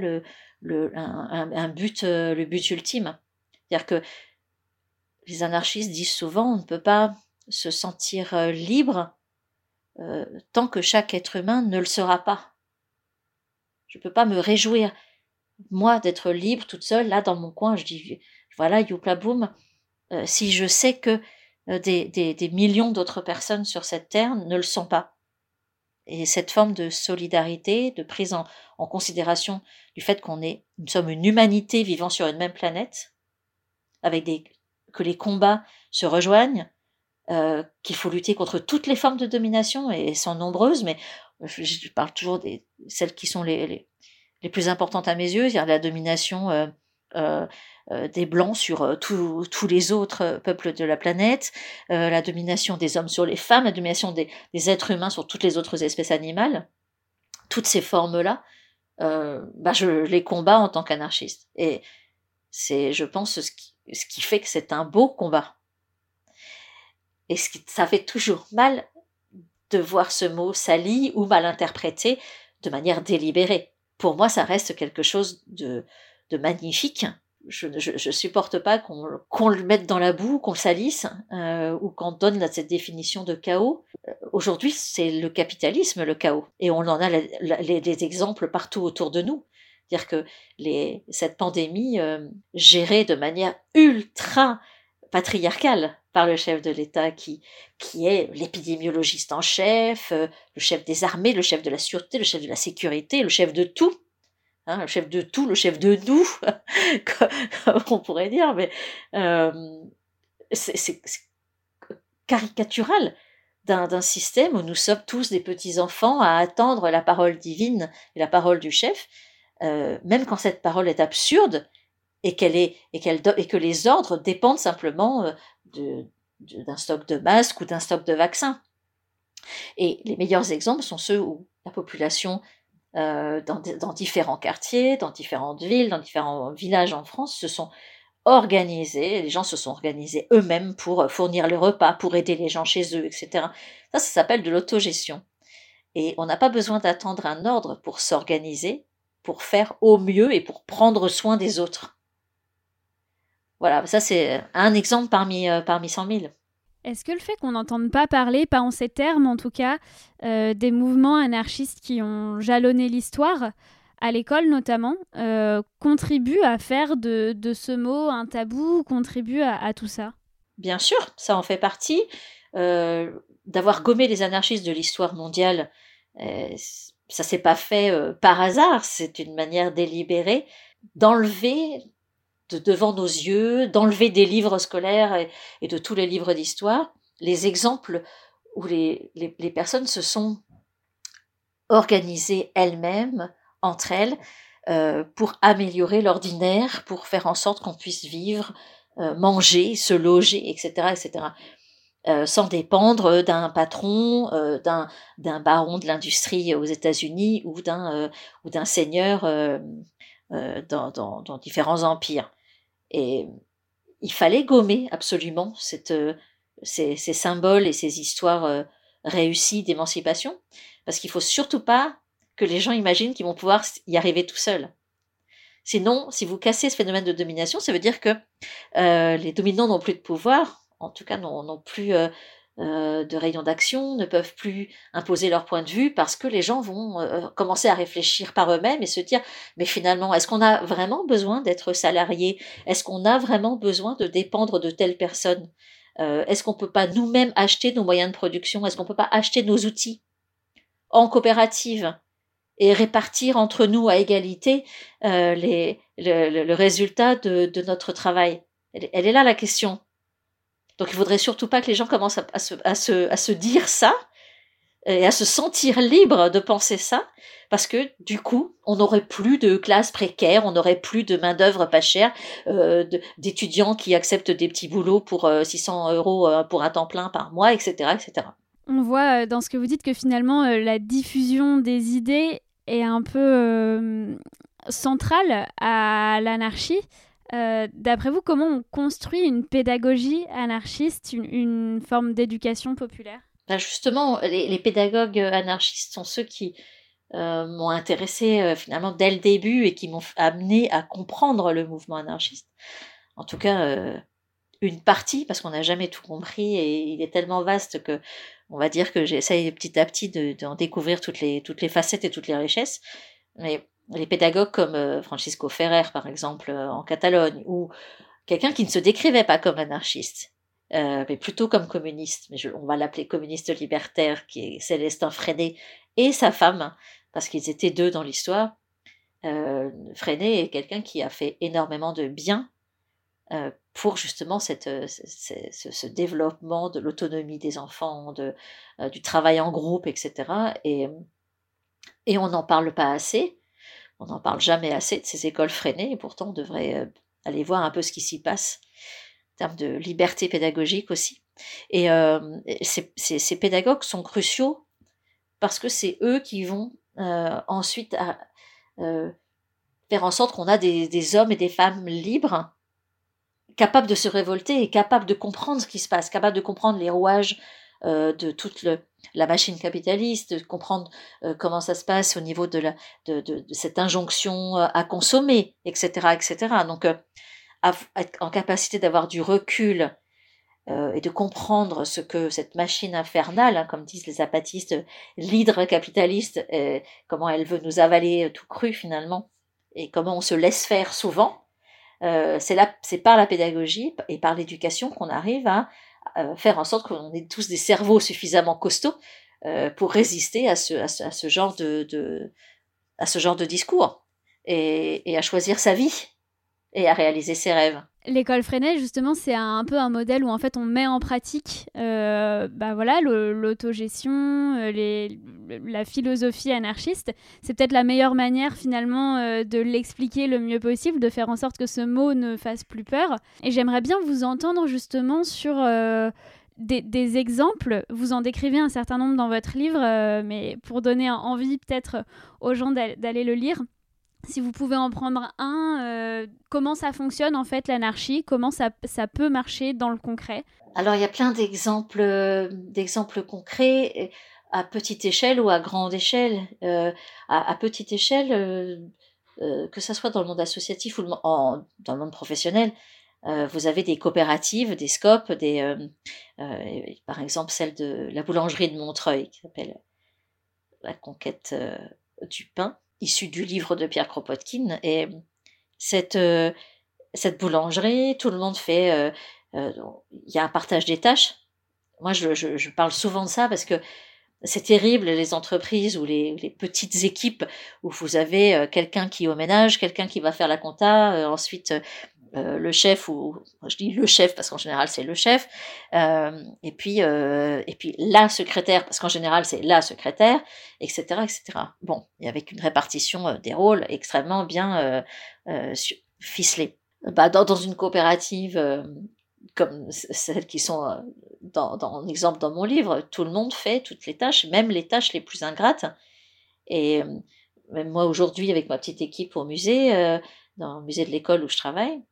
[SPEAKER 12] un but, le but ultime. C'est-à-dire que les anarchistes disent souvent on ne peut pas se sentir libre tant que chaque être humain ne le sera pas. Je ne peux pas me réjouir, moi, d'être libre toute seule, là, dans mon coin, je dis, voilà, youpla boum, si je sais que des millions d'autres personnes sur cette terre ne le sont pas. Et cette forme de solidarité, de prise en considération du fait nous sommes une humanité vivant sur une même planète, que les combats se rejoignent, qu'il faut lutter contre toutes les formes de domination, et elles sont nombreuses, mais je parle toujours celles qui sont les plus importantes à mes yeux, c'est-à-dire la domination des Blancs sur tous les autres peuples de la planète, la domination des hommes sur les femmes, la domination des êtres humains sur toutes les autres espèces animales, toutes ces formes-là, je les combats en tant qu'anarchiste. Et c'est, je pense, ce qui fait que c'est un beau combat. Et ça fait toujours mal de voir ce mot sali ou mal interprété de manière délibérée. Pour moi, ça reste quelque chose de magnifique. Je supporte pas qu'on le mette dans la boue, qu'on le salisse, ou qu'on donne cette définition de chaos. Aujourd'hui, c'est le capitalisme, le chaos. Et on en a les exemples partout autour de nous. C'est-à-dire que cette pandémie gérée de manière ultra patriarcale par le chef de l'État qui est l'épidémiologiste en chef, le chef des armées, le chef de la sûreté, le chef de la sécurité, le chef de tout. Le chef de tout, le chef de nous, comme on pourrait dire, mais c'est caricatural d'un système où nous sommes tous des petits-enfants à attendre la parole divine et la parole du chef, même quand cette parole est absurde et que les ordres dépendent simplement d'un stock de masques ou d'un stock de vaccins. Et les meilleurs exemples sont ceux où la population dans différents quartiers, dans différentes villes, dans différents villages en France, se sont organisés, les gens se sont organisés eux-mêmes pour fournir le repas, pour aider les gens chez eux, etc. Ça s'appelle de l'autogestion. Et on n'a pas besoin d'attendre un ordre pour s'organiser, pour faire au mieux et pour prendre soin des autres. Voilà, ça c'est un exemple parmi 100 000.
[SPEAKER 3] Est-ce que le fait qu'on n'entende pas parler, pas en ces termes en tout cas, des mouvements anarchistes qui ont jalonné l'histoire, à l'école notamment, contribue à faire de ce mot un tabou, contribue à tout ça?
[SPEAKER 12] Bien sûr, ça en fait partie. D'avoir gommé les anarchistes de l'histoire mondiale, ça s'est pas fait par hasard, c'est une manière délibérée d'enlever devant nos yeux, d'enlever des livres scolaires et de tous les livres d'histoire, les exemples où les personnes se sont organisées elles-mêmes, entre elles, pour améliorer l'ordinaire, pour faire en sorte qu'on puisse vivre, manger, se loger, etc., etc., sans dépendre d'un patron, d'un baron de l'industrie aux États-Unis ou d'un seigneur dans différents empires. Et il fallait gommer absolument ces symboles et ces histoires réussies d'émancipation, parce qu'il ne faut surtout pas que les gens imaginent qu'ils vont pouvoir y arriver tout seuls. Sinon, si vous cassez ce phénomène de domination, ça veut dire que les dominants n'ont plus de pouvoir, en tout cas n'ont plus de rayon d'action, ne peuvent plus imposer leur point de vue parce que les gens vont commencer à réfléchir par eux-mêmes et se dire mais finalement, est-ce qu'on a vraiment besoin d'être salarié? Est-ce qu'on a vraiment besoin de dépendre de telle personne? Est-ce qu'on ne peut pas nous-mêmes acheter nos moyens de production? Est-ce qu'on ne peut pas acheter nos outils en coopérative et répartir entre nous à égalité le résultat de notre travail? Elle est là la question. Donc il ne faudrait surtout pas que les gens commencent à se dire ça, et à se sentir libre de penser ça, parce que du coup, on n'aurait plus de classes précaires, on n'aurait plus de main-d'œuvre pas chère, d'étudiants qui acceptent des petits boulots pour 600 € pour un temps plein par mois, etc., etc.
[SPEAKER 3] On voit dans ce que vous dites que finalement, la diffusion des idées est un peu centrale à l'anarchie. D'après vous, comment on construit une pédagogie anarchiste, une forme d'éducation populaire ?
[SPEAKER 12] Ben justement, les pédagogues anarchistes sont ceux qui m'ont intéressée finalement dès le début et qui m'ont amené à comprendre le mouvement anarchiste. En tout cas, une partie, parce qu'on n'a jamais tout compris et il est tellement vaste que on va dire que j'essaye petit à petit d'en découvrir toutes les facettes et toutes les richesses. Mais les pédagogues comme Francisco Ferrer, par exemple, en Catalogne, ou quelqu'un qui ne se décrivait pas comme anarchiste, mais plutôt comme communiste, mais on va l'appeler communiste libertaire, qui est Célestin Freinet, et sa femme, parce qu'ils étaient deux dans l'histoire. Freinet est quelqu'un qui a fait énormément de bien pour justement ce développement de l'autonomie des enfants, du travail en groupe, etc. Et on n'en parle pas assez, on n'en parle jamais assez de ces écoles Freinet, et pourtant on devrait aller voir un peu ce qui s'y passe, en termes de liberté pédagogique aussi. Et ces pédagogues sont cruciaux, parce que c'est eux qui vont ensuite faire en sorte qu'on a des hommes et des femmes libres, capables de se révolter et capables de comprendre ce qui se passe, capables de comprendre les rouages de toute la machine capitaliste, de comprendre comment ça se passe au niveau de cette injonction à consommer, etc., etc. Donc, être en capacité d'avoir du recul et de comprendre ce que cette machine infernale, comme disent les zapatistes, l'hydre capitaliste, comment elle veut nous avaler tout cru finalement, et comment on se laisse faire souvent. C'est par la pédagogie et par l'éducation qu'on arrive à faire en sorte qu'on ait tous des cerveaux suffisamment costauds pour résister à ce genre de discours et à choisir sa vie et à réaliser ses rêves.
[SPEAKER 3] L'école Freinet, justement, c'est un peu un modèle où en fait on met en pratique l'autogestion, la philosophie anarchiste. C'est peut-être la meilleure manière finalement de l'expliquer le mieux possible, de faire en sorte que ce mot ne fasse plus peur. Et j'aimerais bien vous entendre justement sur des exemples. Vous en décrivez un certain nombre dans votre livre, mais pour donner envie peut-être aux gens d'aller le lire. Si vous pouvez en prendre un, comment ça fonctionne en fait l'anarchie, comment ça peut marcher dans le concret?
[SPEAKER 12] Alors il y a plein d'exemples concrets à petite échelle ou à grande échelle. À petite échelle, que ça soit dans le monde associatif ou dans le monde professionnel, vous avez des coopératives, des SCOP, par exemple celle de la boulangerie de Montreuil qui s'appelle La Conquête du pain, issue du livre de Pierre Kropotkin. Et cette boulangerie, tout le monde fait... y a un partage des tâches. Moi, je parle souvent de ça parce que c'est terrible, les entreprises ou les petites équipes où vous avez quelqu'un qui est au ménage, quelqu'un qui va faire la compta, ensuite... le chef, ou je dis le chef parce qu'en général c'est le chef, et puis la secrétaire parce qu'en général c'est la secrétaire, etc., etc. Bon, et avec une répartition des rôles extrêmement bien ficelée. Dans une coopérative comme celles qui sont dans l'exemple dans mon livre, tout le monde fait toutes les tâches, même les tâches les plus ingrates. Et même moi aujourd'hui avec ma petite équipe au musée, dans le musée de l'école où je travaille,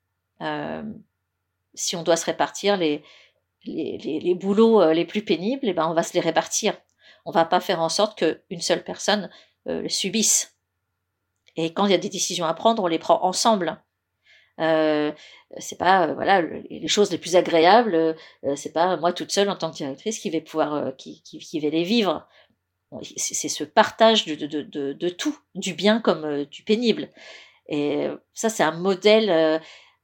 [SPEAKER 12] si on doit se répartir les boulots les plus pénibles, on va se les répartir. On va pas faire en sorte qu'une seule personne le subisse. Et quand il y a des décisions à prendre, on les prend ensemble. C'est pas les choses les plus agréables, c'est pas moi toute seule en tant que directrice qui vais pouvoir qui vais les vivre. C'est ce partage de tout, du bien comme du pénible. Et ça, c'est un modèle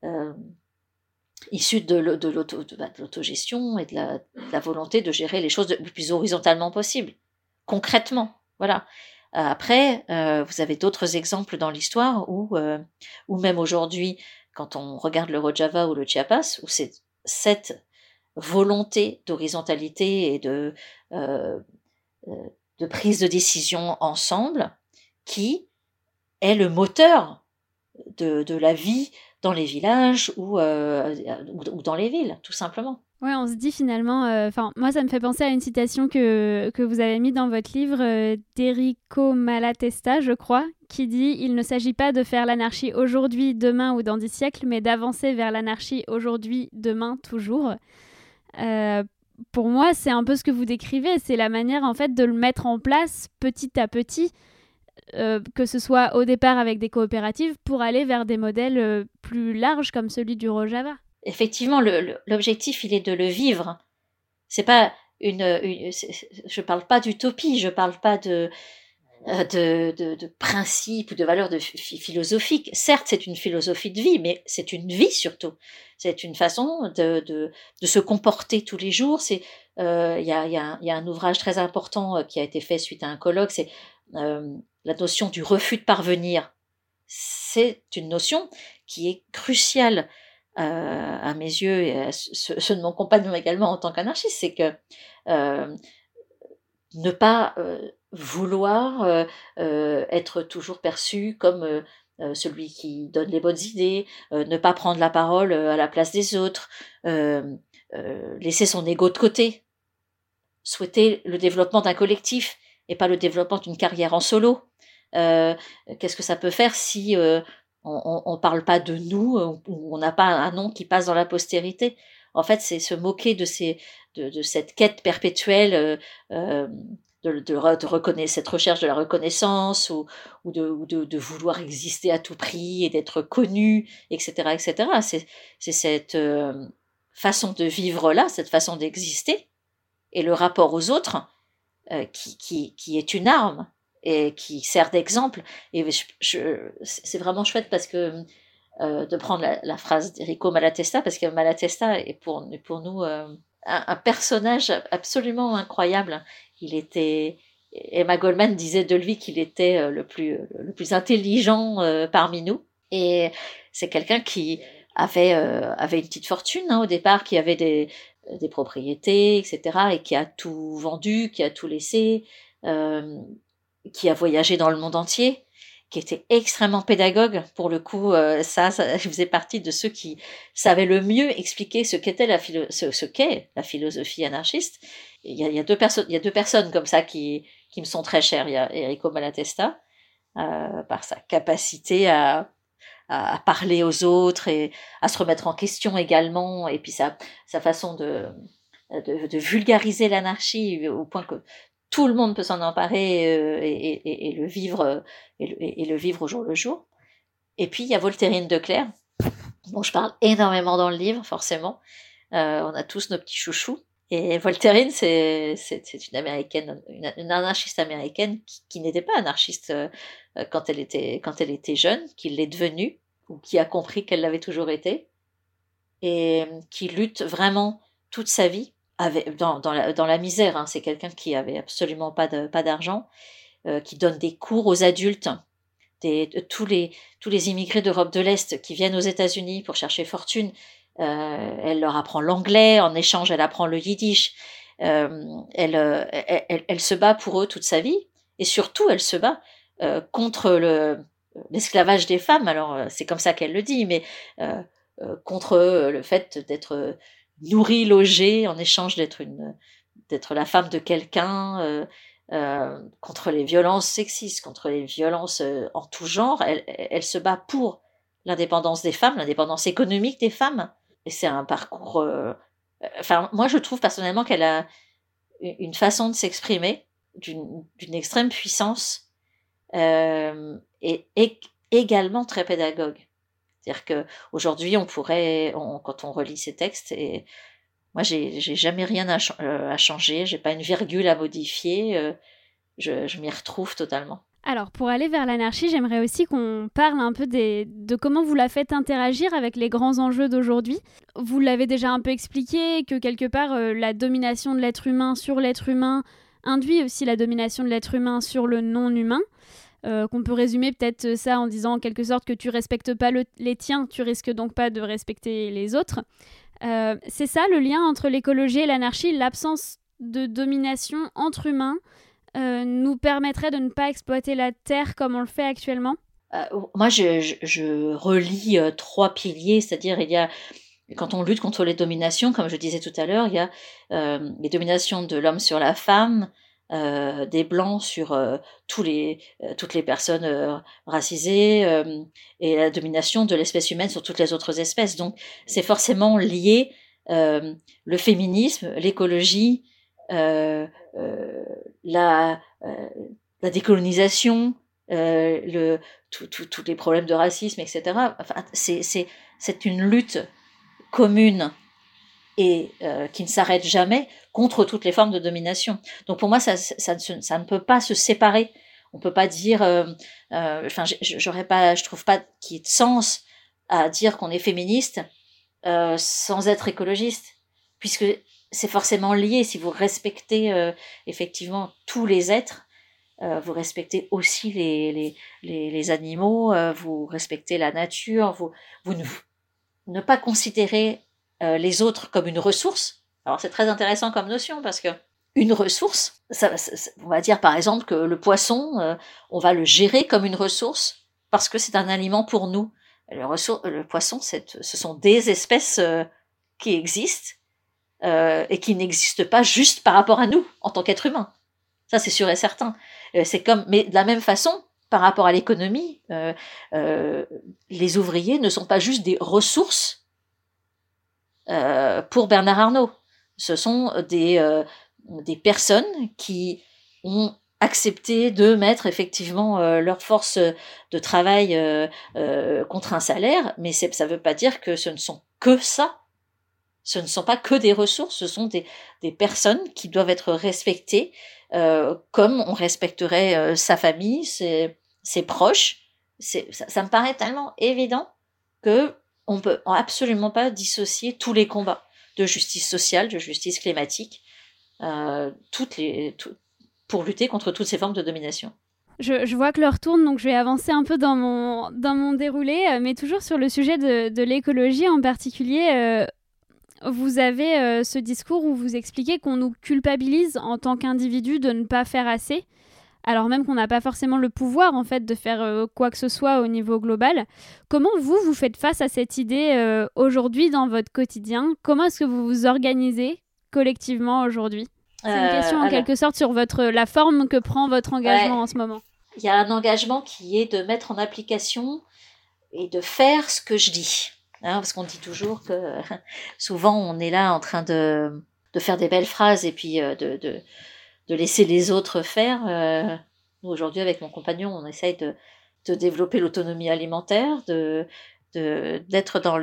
[SPEAKER 12] issu de l'autogestion et de la volonté de gérer les choses le plus horizontalement possible, concrètement. Voilà. Après, vous avez d'autres exemples dans l'histoire où même aujourd'hui, quand on regarde le Rojava ou le Chiapas, où c'est cette volonté d'horizontalité et de prise de décision ensemble qui est le moteur de la vie dans les villages ou dans les villes, tout simplement.
[SPEAKER 3] Ouais, on se dit finalement, moi ça me fait penser à une citation que vous avez mise dans votre livre d'Enrico Malatesta, je crois, qui dit « Il ne s'agit pas de faire l'anarchie aujourd'hui, demain ou dans 10 siècles, mais d'avancer vers l'anarchie aujourd'hui, demain, toujours ». Pour moi, c'est un peu ce que vous décrivez, c'est la manière en fait de le mettre en place petit à petit, que ce soit au départ avec des coopératives, pour aller vers des modèles plus larges comme celui du Rojava.
[SPEAKER 12] Effectivement, l'objectif, il est de le vivre. C'est pas je parle pas d'utopie, je parle pas de principes ou de valeurs philosophiques. Certes, c'est une philosophie de vie, mais c'est une vie surtout. C'est une façon de se comporter tous les jours. Il y a un ouvrage très important qui a été fait suite à un colloque, c'est la notion du refus de parvenir. C'est une notion qui est cruciale à mes yeux et à ceux de mon compagnon également en tant qu'anarchiste, c'est que ne pas vouloir être toujours perçu comme celui qui donne les bonnes idées, ne pas prendre la parole à la place des autres, laisser son ego de côté, souhaiter le développement d'un collectif et pas le développement d'une carrière en solo. Qu'est-ce que ça peut faire si on parle pas de nous, ou on n'a pas un nom qui passe dans la postérité? En fait, c'est se moquer de cette quête perpétuelle de cette recherche de la reconnaissance ou de vouloir exister à tout prix et d'être connu, etc., etc. C'est cette façon de vivre là, cette façon d'exister et le rapport aux autres qui est une arme et qui sert d'exemple. Et c'est vraiment chouette parce que de prendre la phrase d'Enrico Malatesta, parce que Malatesta est pour nous un personnage absolument incroyable. Emma Goldman disait de lui qu'il était le plus intelligent parmi nous. Et c'est quelqu'un qui avait une petite fortune au départ, qui avait des propriétés, etc., et qui a tout vendu, qui a tout laissé, qui a voyagé dans le monde entier, qui était extrêmement pédagogue. Pour le coup, ça faisait partie de ceux qui savaient le mieux expliquer ce qu'est la philosophie anarchiste. Il y a deux personnes comme ça qui me sont très chères. Il y a Enrico Malatesta, par sa capacité à parler aux autres et à se remettre en question également, et puis sa façon de vulgariser l'anarchie au point que tout le monde peut s'en emparer et le vivre et le vivre au jour le jour. Et puis il y a Voltairine de Cleyre, dont je parle énormément dans le livre, forcément. On a tous nos petits chouchous. Et Voltairine, c'est une américaine, une anarchiste américaine qui n'était pas anarchiste quand elle était jeune, qui l'est devenue, ou qui a compris qu'elle l'avait toujours été, et qui lutte vraiment toute sa vie dans la misère. C'est quelqu'un qui avait absolument pas d'argent, qui donne des cours aux adultes, tous les immigrés d'Europe de l'Est qui viennent aux États-Unis pour chercher fortune. Elle leur apprend l'anglais, en échange elle apprend le yiddish, elle se bat pour eux toute sa vie, et surtout elle se bat contre l'esclavage des femmes. Alors c'est comme ça qu'elle le dit, mais contre le fait d'être nourrie, logée en échange d'être la femme de quelqu'un, contre les violences sexistes, contre les violences en tout genre. Elle se bat pour l'indépendance des femmes, l'indépendance économique des femmes. Et c'est un parcours... moi, je trouve personnellement qu'elle a une façon de s'exprimer d'une extrême puissance et également très pédagogue. C'est-à-dire qu'aujourd'hui, quand on relit ces textes, et moi, j'ai jamais rien à changer, j'ai pas une virgule à modifier, je m'y retrouve totalement.
[SPEAKER 3] Alors, pour aller vers l'anarchie, j'aimerais aussi qu'on parle un peu de comment vous la faites interagir avec les grands enjeux d'aujourd'hui. Vous l'avez déjà un peu expliqué, que quelque part, la domination de l'être humain sur l'être humain induit aussi la domination de l'être humain sur le non-humain. Qu'on peut résumer peut-être ça en disant en quelque sorte que tu respectes pas les tiens, tu risques donc pas de respecter les autres. C'est ça le lien entre l'écologie et l'anarchie, l'absence de domination entre humains, nous permettrait de ne pas exploiter la terre comme on le fait actuellement ?
[SPEAKER 12] Moi, je relie 3 piliers, c'est-à-dire il y a, quand on lutte contre les dominations, comme je disais tout à l'heure, il y a les dominations de l'homme sur la femme, des blancs sur toutes les personnes racisées, et la domination de l'espèce humaine sur toutes les autres espèces. Donc c'est forcément lié, le féminisme, l'écologie, la décolonisation, tous les problèmes de racisme, etc. Enfin, c'est une lutte commune et qui ne s'arrête jamais contre toutes les formes de domination. Donc pour moi, ça ne peut pas se séparer. On peut pas dire, je trouve pas qu'il y ait de sens à dire qu'on est féministe sans être écologiste, puisque c'est forcément lié. Si vous respectez effectivement tous les êtres, vous respectez aussi les animaux, vous respectez la nature, vous ne pas considérer les autres comme une ressource. Alors c'est très intéressant comme notion, parce que une ressource, on va dire par exemple que le poisson, on va le gérer comme une ressource parce que c'est un aliment pour nous. Le poisson, ce sont des espèces qui existent et qui n'existent pas juste par rapport à nous en tant qu'être humain. Ça, c'est sûr et certain. Mais de la même façon, par rapport à l'économie, les ouvriers ne sont pas juste des ressources pour Bernard Arnault. Ce sont des personnes qui ont accepté de mettre effectivement leur force de travail contre un salaire, mais ça ne veut pas dire que ce ne sont que ça. Ce ne sont pas que des ressources, ce sont des personnes qui doivent être respectées comme on respecterait sa famille, ses proches. Ça me paraît tellement évident qu'on ne peut absolument pas dissocier tous les combats de justice sociale, de justice climatique, pour lutter contre toutes ces formes de domination.
[SPEAKER 3] Je vois que l'heure tourne, donc je vais avancer un peu dans mon déroulé, mais toujours sur le sujet de l'écologie en particulier. Vous avez ce discours où vous expliquez qu'on nous culpabilise en tant qu'individu de ne pas faire assez, alors même qu'on n'a pas forcément le pouvoir en fait de faire quoi que ce soit au niveau global. Comment vous faites face à cette idée aujourd'hui dans votre quotidien ? Comment est-ce que vous vous organisez collectivement aujourd'hui ? C'est une question en quelque sorte sur la forme que prend votre engagement en ce moment.
[SPEAKER 12] Il y a un engagement qui est de mettre en application et de faire ce que je dis. Parce qu'on dit toujours que souvent on est là en train de faire des belles phrases et puis de laisser les autres faire. Nous aujourd'hui avec mon compagnon on essaye de développer l'autonomie alimentaire, d'être dans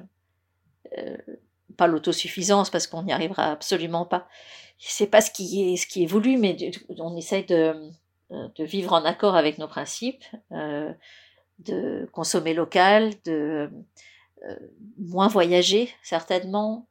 [SPEAKER 12] pas l'autosuffisance parce qu'on n'y arrivera absolument pas. C'est pas ce qui est voulu, mais on essaye de vivre en accord avec nos principes, de consommer local, de moins voyager certainement,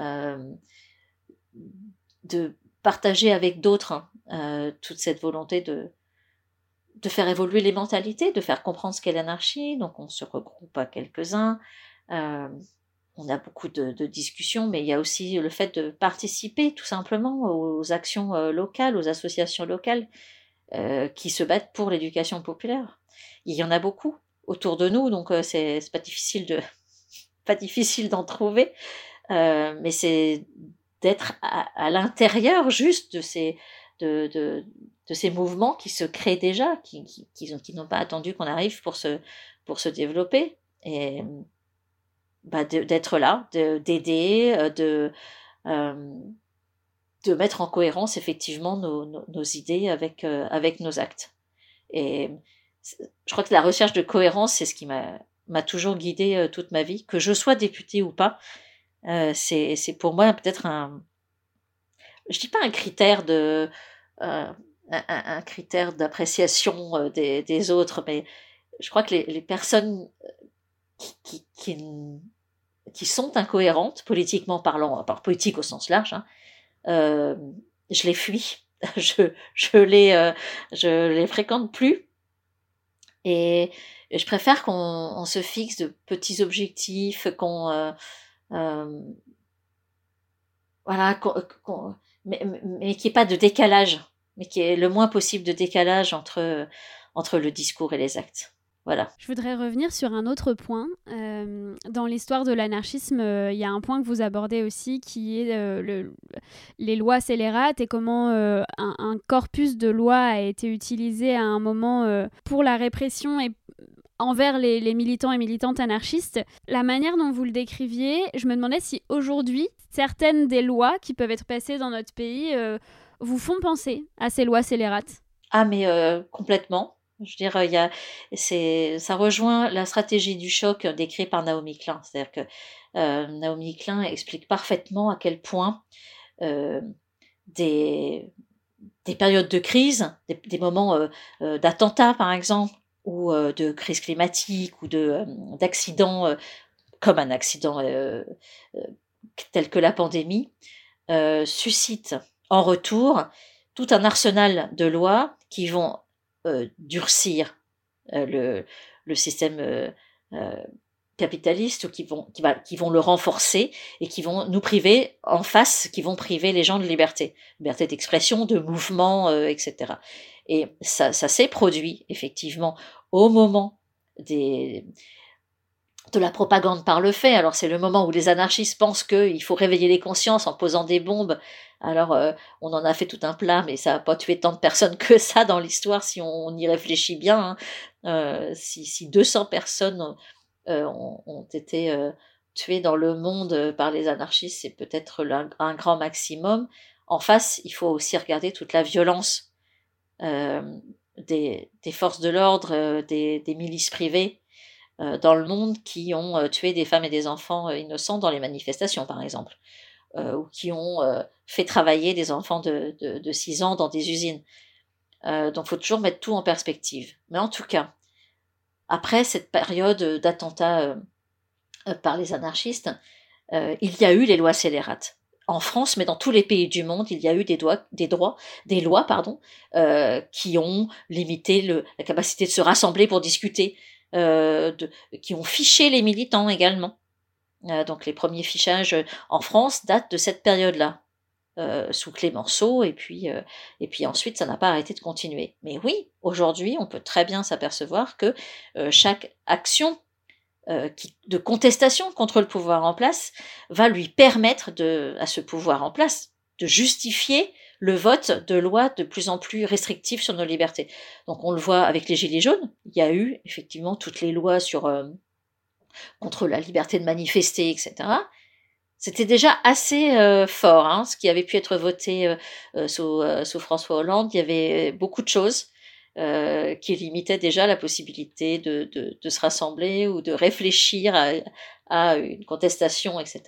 [SPEAKER 12] de partager avec d'autres toute cette volonté de faire évoluer les mentalités, de faire comprendre ce qu'est l'anarchie. Donc on se regroupe à quelques-uns, on a beaucoup de discussions, mais il y a aussi le fait de participer tout simplement aux actions locales, aux associations locales qui se battent pour l'éducation populaire. Il y en a beaucoup autour de nous, donc c'est pas difficile d'en trouver, mais c'est d'être à l'intérieur juste de ces mouvements qui se créent déjà, qui n'ont pas attendu qu'on arrive pour se développer, et d'être là, d'aider, de mettre en cohérence effectivement nos idées avec nos actes. Et je crois que la recherche de cohérence, c'est ce qui m'a toujours guidée toute ma vie, que je sois députée ou pas. C'est pour moi peut-être je dis pas un critère un critère d'appréciation des autres, mais je crois que les personnes qui sont incohérentes politiquement parlant, politique au sens large, je les fuis, je les fréquente plus, et je préfère qu'on se fixe de petits objectifs, mais qu'il n'y ait pas de décalage mais qu'il y ait le moins possible de décalage entre le discours et les actes. Voilà.
[SPEAKER 3] Je voudrais revenir sur un autre point. Dans l'histoire de l'anarchisme, il y a un point que vous abordez aussi qui est les lois scélérates et comment un corpus de lois a été utilisé à un moment pour la répression et envers les militants et militantes anarchistes. La manière dont vous le décriviez, je me demandais si aujourd'hui, certaines des lois qui peuvent être passées dans notre pays vous font penser à ces lois scélérates.
[SPEAKER 12] Ah mais complètement. Je veux dire, ça rejoint la stratégie du choc décrite par Naomi Klein. C'est-à-dire que Naomi Klein explique parfaitement à quel point des périodes de crise, des moments d'attentats par exemple, ou de crise climatique, ou d'accidents, comme un accident tel que la pandémie, suscitent en retour tout un arsenal de lois qui vont durcir le système capitaliste, ou qui vont le renforcer et qui vont nous priver en face, qui vont priver les gens de liberté d'expression, de mouvement, etc. Et ça s'est produit effectivement au moment de la propagande par le fait. Alors c'est le moment où les anarchistes pensent qu'il faut réveiller les consciences en posant des bombes. Alors on en a fait tout un plat, mais ça n'a pas tué tant de personnes que ça dans l'histoire si on y réfléchit bien. Si 200 personnes ont été tuées dans le monde par les anarchistes, c'est peut-être un grand maximum. En face, il faut aussi regarder toute la violence des forces de l'ordre, des milices privées dans le monde, qui ont tué des femmes et des enfants innocents dans les manifestations, par exemple, ou qui ont fait travailler des enfants de 6 ans dans des usines. Donc il faut toujours mettre tout en perspective. Mais en tout cas, après cette période d'attentats par les anarchistes, il y a eu les lois scélérates. En France, mais dans tous les pays du monde, il y a eu des lois, qui ont limité la capacité de se rassembler pour discuter, qui ont fiché les militants également. Donc les premiers fichages en France datent de cette période-là, sous Clémenceau, et puis ensuite ça n'a pas arrêté de continuer. Mais oui, aujourd'hui, on peut très bien s'apercevoir que chaque action de contestation contre le pouvoir en place va lui permettre à ce pouvoir en place de justifier le vote de lois de plus en plus restrictives sur nos libertés. Donc on le voit avec les Gilets jaunes, il y a eu effectivement toutes les lois contre la liberté de manifester, etc. C'était déjà assez fort, ce qui avait pu être voté sous François Hollande. Il y avait beaucoup de choses qui limitaient déjà la possibilité de se rassembler ou de réfléchir à une contestation, etc.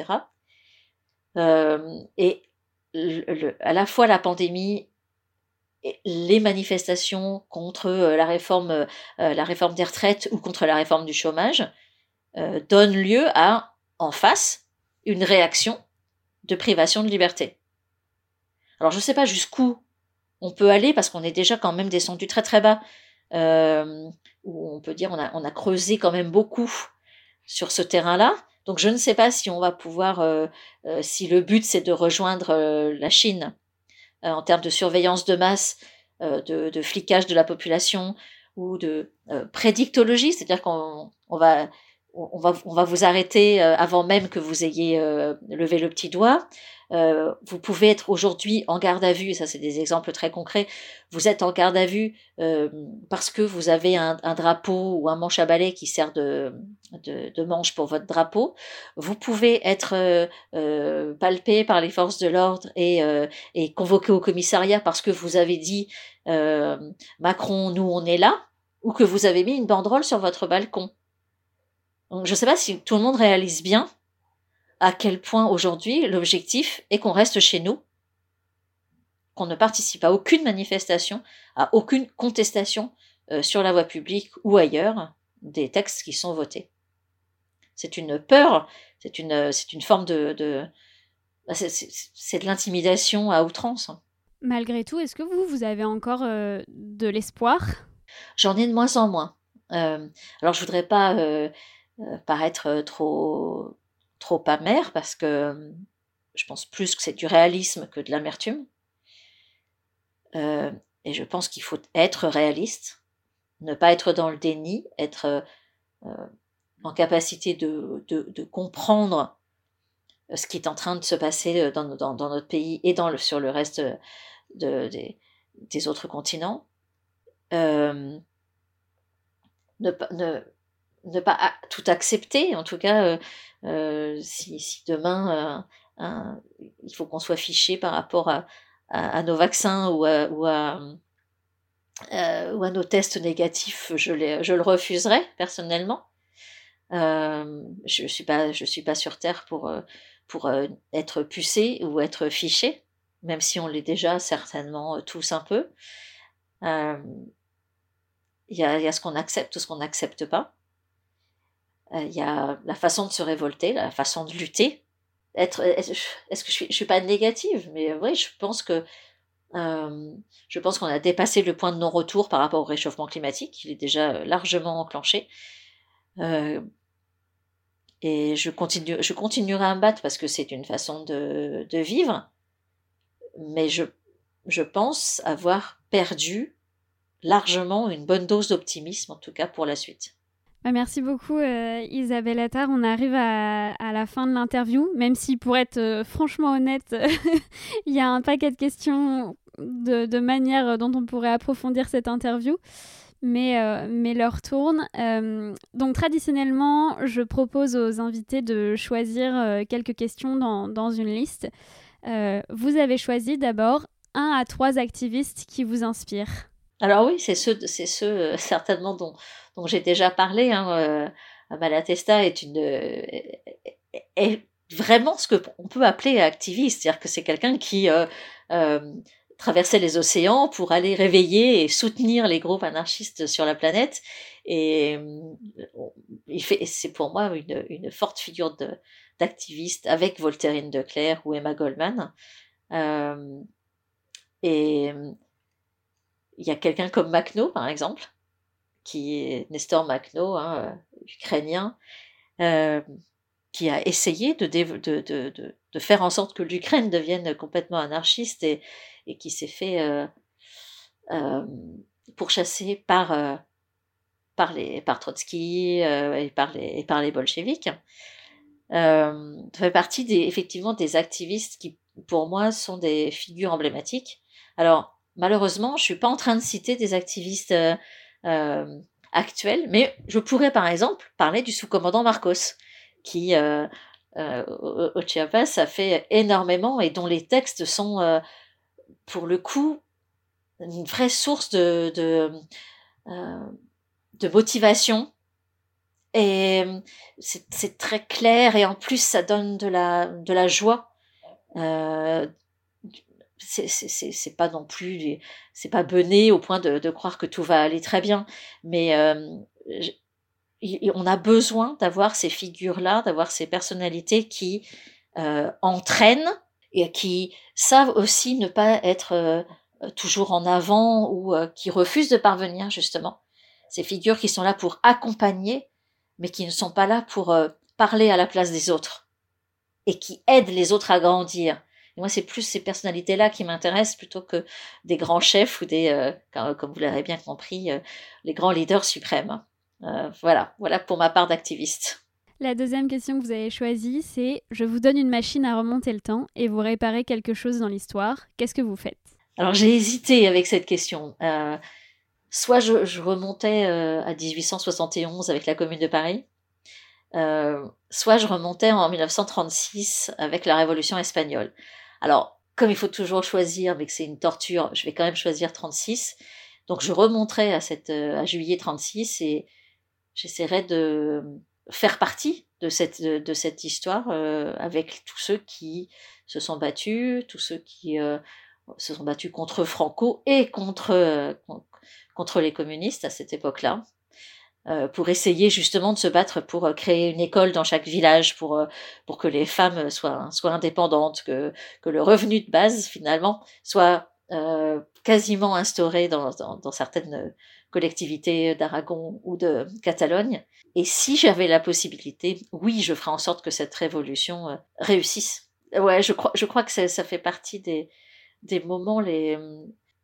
[SPEAKER 12] Et à la fois la pandémie, les manifestations contre la réforme des retraites ou contre la réforme du chômage donnent lieu à, en face, une réaction de privation de liberté. Alors je ne sais pas jusqu'où on peut aller, parce qu'on est déjà quand même descendu très très bas, où on peut dire on a creusé quand même beaucoup sur ce terrain-là. Donc je ne sais pas si on va pouvoir, si le but c'est de rejoindre la Chine en termes de surveillance de masse, de flicage de la population, ou de prédictologie, c'est-à-dire qu'on va vous arrêter avant même que vous ayez levé le petit doigt. Vous pouvez être aujourd'hui en garde à vue, et ça c'est des exemples très concrets, vous êtes en garde à vue parce que vous avez un drapeau ou un manche à balai qui sert de manche pour votre drapeau. Vous pouvez être palpé par les forces de l'ordre et convoqué au commissariat parce que vous avez dit Macron, nous on est là, ou que vous avez mis une banderole sur votre balcon. Donc, je ne sais pas si tout le monde réalise bien à quel point aujourd'hui l'objectif est qu'on reste chez nous, qu'on ne participe à aucune manifestation, à aucune contestation sur la voie publique ou ailleurs des textes qui sont votés. C'est une peur, c'est une forme c'est de l'intimidation à outrance.
[SPEAKER 3] Malgré tout, est-ce que vous avez encore de l'espoir ?
[SPEAKER 12] J'en ai de moins en moins. Alors je voudrais pas paraître trop amère, parce que je pense plus que c'est du réalisme que de l'amertume. Et je pense qu'il faut être réaliste, ne pas être dans le déni, être en capacité de comprendre ce qui est en train de se passer dans notre pays et sur le reste des autres continents. Ne pas tout accepter, en tout cas, si demain il faut qu'on soit fiché par rapport à nos vaccins ou à nos tests négatifs, je le refuserai personnellement. Je suis pas sur Terre pour être pucé ou être fiché, même si on l'est déjà certainement tous un peu. Il y a ce qu'on accepte ou ce qu'on n'accepte pas. Il y a la façon de se révolter, la façon de lutter. Est-ce que je suis pas négative, mais oui, je pense qu'on a dépassé le point de non-retour par rapport au réchauffement climatique. Il est déjà largement enclenché. Et je continuerai à me battre parce que c'est une façon de vivre. Mais je pense avoir perdu largement une bonne dose d'optimisme, en tout cas pour la suite.
[SPEAKER 3] Merci beaucoup Isabelle Attard. On arrive à la fin de l'interview, même si pour être franchement honnête, il y a un paquet de questions de manière dont on pourrait approfondir cette interview, mais l'heure tourne. Donc traditionnellement, je propose aux invités de choisir quelques questions dans une liste. Vous avez choisi d'abord 1 à 3 activistes qui vous inspirent.
[SPEAKER 12] Alors oui, c'est ceux certainement dont j'ai déjà parlé. Malatesta est vraiment ce qu'on peut appeler activiste, c'est-à-dire que c'est quelqu'un qui traversait les océans pour aller réveiller et soutenir les groupes anarchistes sur la planète. Et c'est pour moi une forte figure d'activiste avec Voltairine de Cleyre ou Emma Goldman. Et il y a quelqu'un comme Makhno, par exemple, qui est Nestor Makhno, ukrainien, qui a essayé de faire en sorte que l'Ukraine devienne complètement anarchiste et qui s'est fait pourchasser par Trotsky et par les bolcheviks. Ça fait partie effectivement des activistes qui, pour moi, sont des figures emblématiques. Alors, malheureusement, je suis pas en train de citer des activistes actuels, mais je pourrais par exemple parler du sous-commandant Marcos, qui au Chiapas a fait énormément et dont les textes sont pour le coup une vraie source de motivation. Et c'est très clair et en plus ça donne de la joie. C'est pas non plus, c'est pas bené au point de croire que tout va aller très bien, mais on a besoin d'avoir ces figures-là, d'avoir ces personnalités qui entraînent et qui savent aussi ne pas être toujours en avant ou qui refusent de parvenir justement. Ces figures qui sont là pour accompagner, mais qui ne sont pas là pour parler à la place des autres et qui aident les autres à grandir. Et moi, c'est plus ces personnalités-là qui m'intéressent plutôt que des grands chefs ou comme vous l'avez bien compris, les grands leaders suprêmes. Voilà pour ma part d'activiste.
[SPEAKER 3] La deuxième question que vous avez choisie, c'est « Je vous donne une machine à remonter le temps et vous réparez quelque chose dans l'histoire. Qu'est-ce que vous faites ?»
[SPEAKER 12] Alors, j'ai hésité avec cette question. Soit je remontais à 1871 avec la Commune de Paris, soit je remontais en 1936 avec la Révolution espagnole. Alors, comme il faut toujours choisir, mais que c'est une torture, je vais quand même choisir 36. Donc, je remonterai à juillet 36 et j'essaierai de faire partie de cette histoire avec tous ceux qui se sont battus, tous ceux qui se sont battus contre Franco et contre les communistes à cette époque-là. Pour essayer justement de se battre pour créer une école dans chaque village, pour que les femmes soient indépendantes, que le revenu de base finalement soit quasiment instauré dans certaines collectivités d'Aragon ou de Catalogne. Et si j'avais la possibilité, oui, je ferais en sorte que cette révolution réussisse. Ouais, je crois que ça fait partie des moments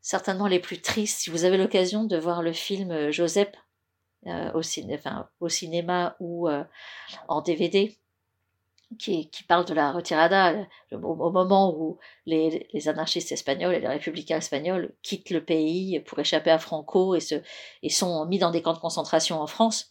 [SPEAKER 12] certainement les plus tristes. Si vous avez l'occasion de voir le film Joseph au cinéma ou en DVD, qui parle de la retirada, au moment où les anarchistes espagnols et les républicains espagnols quittent le pays pour échapper à Franco et sont mis dans des camps de concentration en France.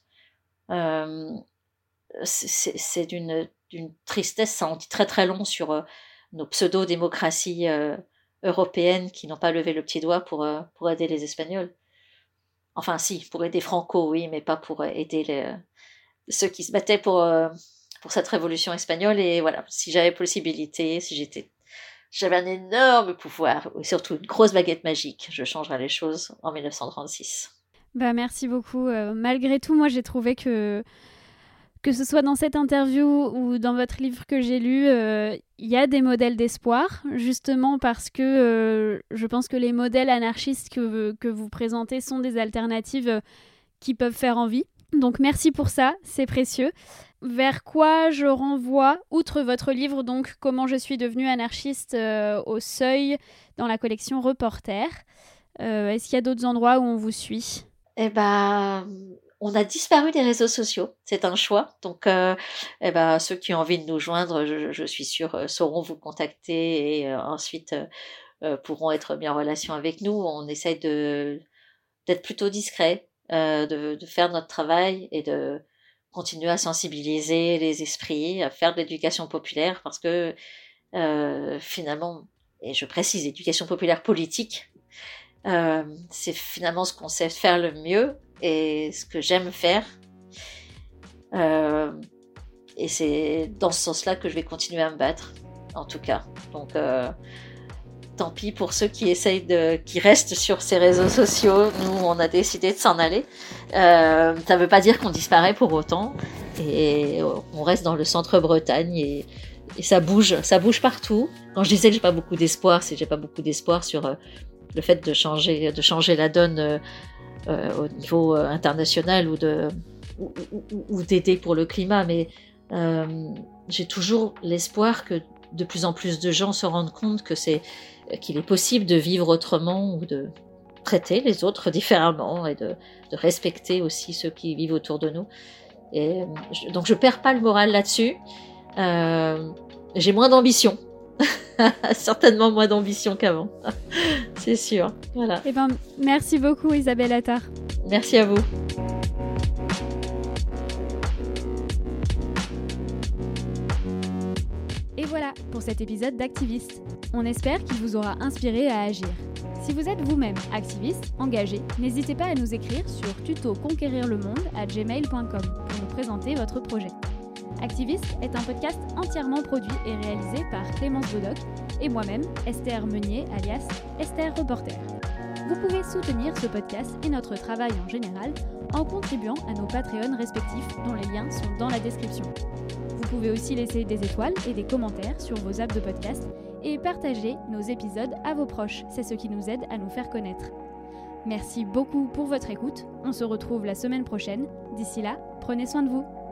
[SPEAKER 12] C'est d'une tristesse, ça en dit très très long sur nos pseudo-démocraties européennes qui n'ont pas levé le petit doigt pour aider les Espagnols. Enfin si, pour aider Franco, oui, mais pas pour aider ceux qui se battaient pour cette révolution espagnole. Et voilà, si j'avais possibilité, j'avais un énorme pouvoir, et surtout une grosse baguette magique, je changerais les choses en 1936.
[SPEAKER 3] Merci beaucoup. Malgré tout, moi j'ai trouvé que ce soit dans cette interview ou dans votre livre que j'ai lu, il y a des modèles d'espoir, justement parce que je pense que les modèles anarchistes que vous présentez sont des alternatives qui peuvent faire envie. Donc merci pour ça, c'est précieux. Vers quoi je renvoie, outre votre livre, donc « Comment je suis devenue anarchiste » au Seuil, dans la collection Reporter. Est-ce qu'il y a d'autres endroits où on vous suit ?
[SPEAKER 12] On a disparu des réseaux sociaux, c'est un choix. Donc, ceux qui ont envie de nous joindre, je suis sûre, sauront vous contacter et ensuite pourront être mis en relation avec nous. On essaye d'être plutôt discret, de faire notre travail et de continuer à sensibiliser les esprits, à faire de l'éducation populaire parce que finalement, et je précise, éducation populaire politique, c'est finalement ce qu'on sait faire le mieux et ce que j'aime faire. Et c'est dans ce sens-là que je vais continuer à me battre, en tout cas. Donc, tant pis pour ceux qui restent sur ces réseaux sociaux. Nous, on a décidé de s'en aller. Ça ne veut pas dire qu'on disparaît pour autant. Et on reste dans le centre-Bretagne et ça bouge partout. Quand je disais que j'ai pas beaucoup d'espoir, c'est que j'ai pas beaucoup d'espoir sur le fait de changer la donne au niveau international ou d'aider pour le climat. Mais j'ai toujours l'espoir que de plus en plus de gens se rendent compte qu'il est possible de vivre autrement ou de traiter les autres différemment et de respecter aussi ceux qui vivent autour de nous. Et donc je perds pas le moral là-dessus. J'ai moins d'ambition. Certainement moins d'ambition qu'avant. C'est sûr. Voilà.
[SPEAKER 3] Merci beaucoup Isabelle Attard.
[SPEAKER 12] Merci à vous.
[SPEAKER 3] Et voilà pour cet épisode d'Activiste. On espère qu'il vous aura inspiré à agir. Si vous êtes vous-même activiste, engagé, n'hésitez pas à nous écrire sur tutoconquérirlemonde@gmail.com pour nous présenter votre projet. Activiste est un podcast entièrement produit et réalisé par Clémence Bodoc et moi-même, Esther Meunier, alias Esther Reporter. Vous pouvez soutenir ce podcast et notre travail en général en contribuant à nos Patreons respectifs dont les liens sont dans la description. Vous pouvez aussi laisser des étoiles et des commentaires sur vos apps de podcast et partager nos épisodes à vos proches, c'est ce qui nous aide à nous faire connaître. Merci beaucoup pour votre écoute, on se retrouve la semaine prochaine. D'ici là, prenez soin de vous.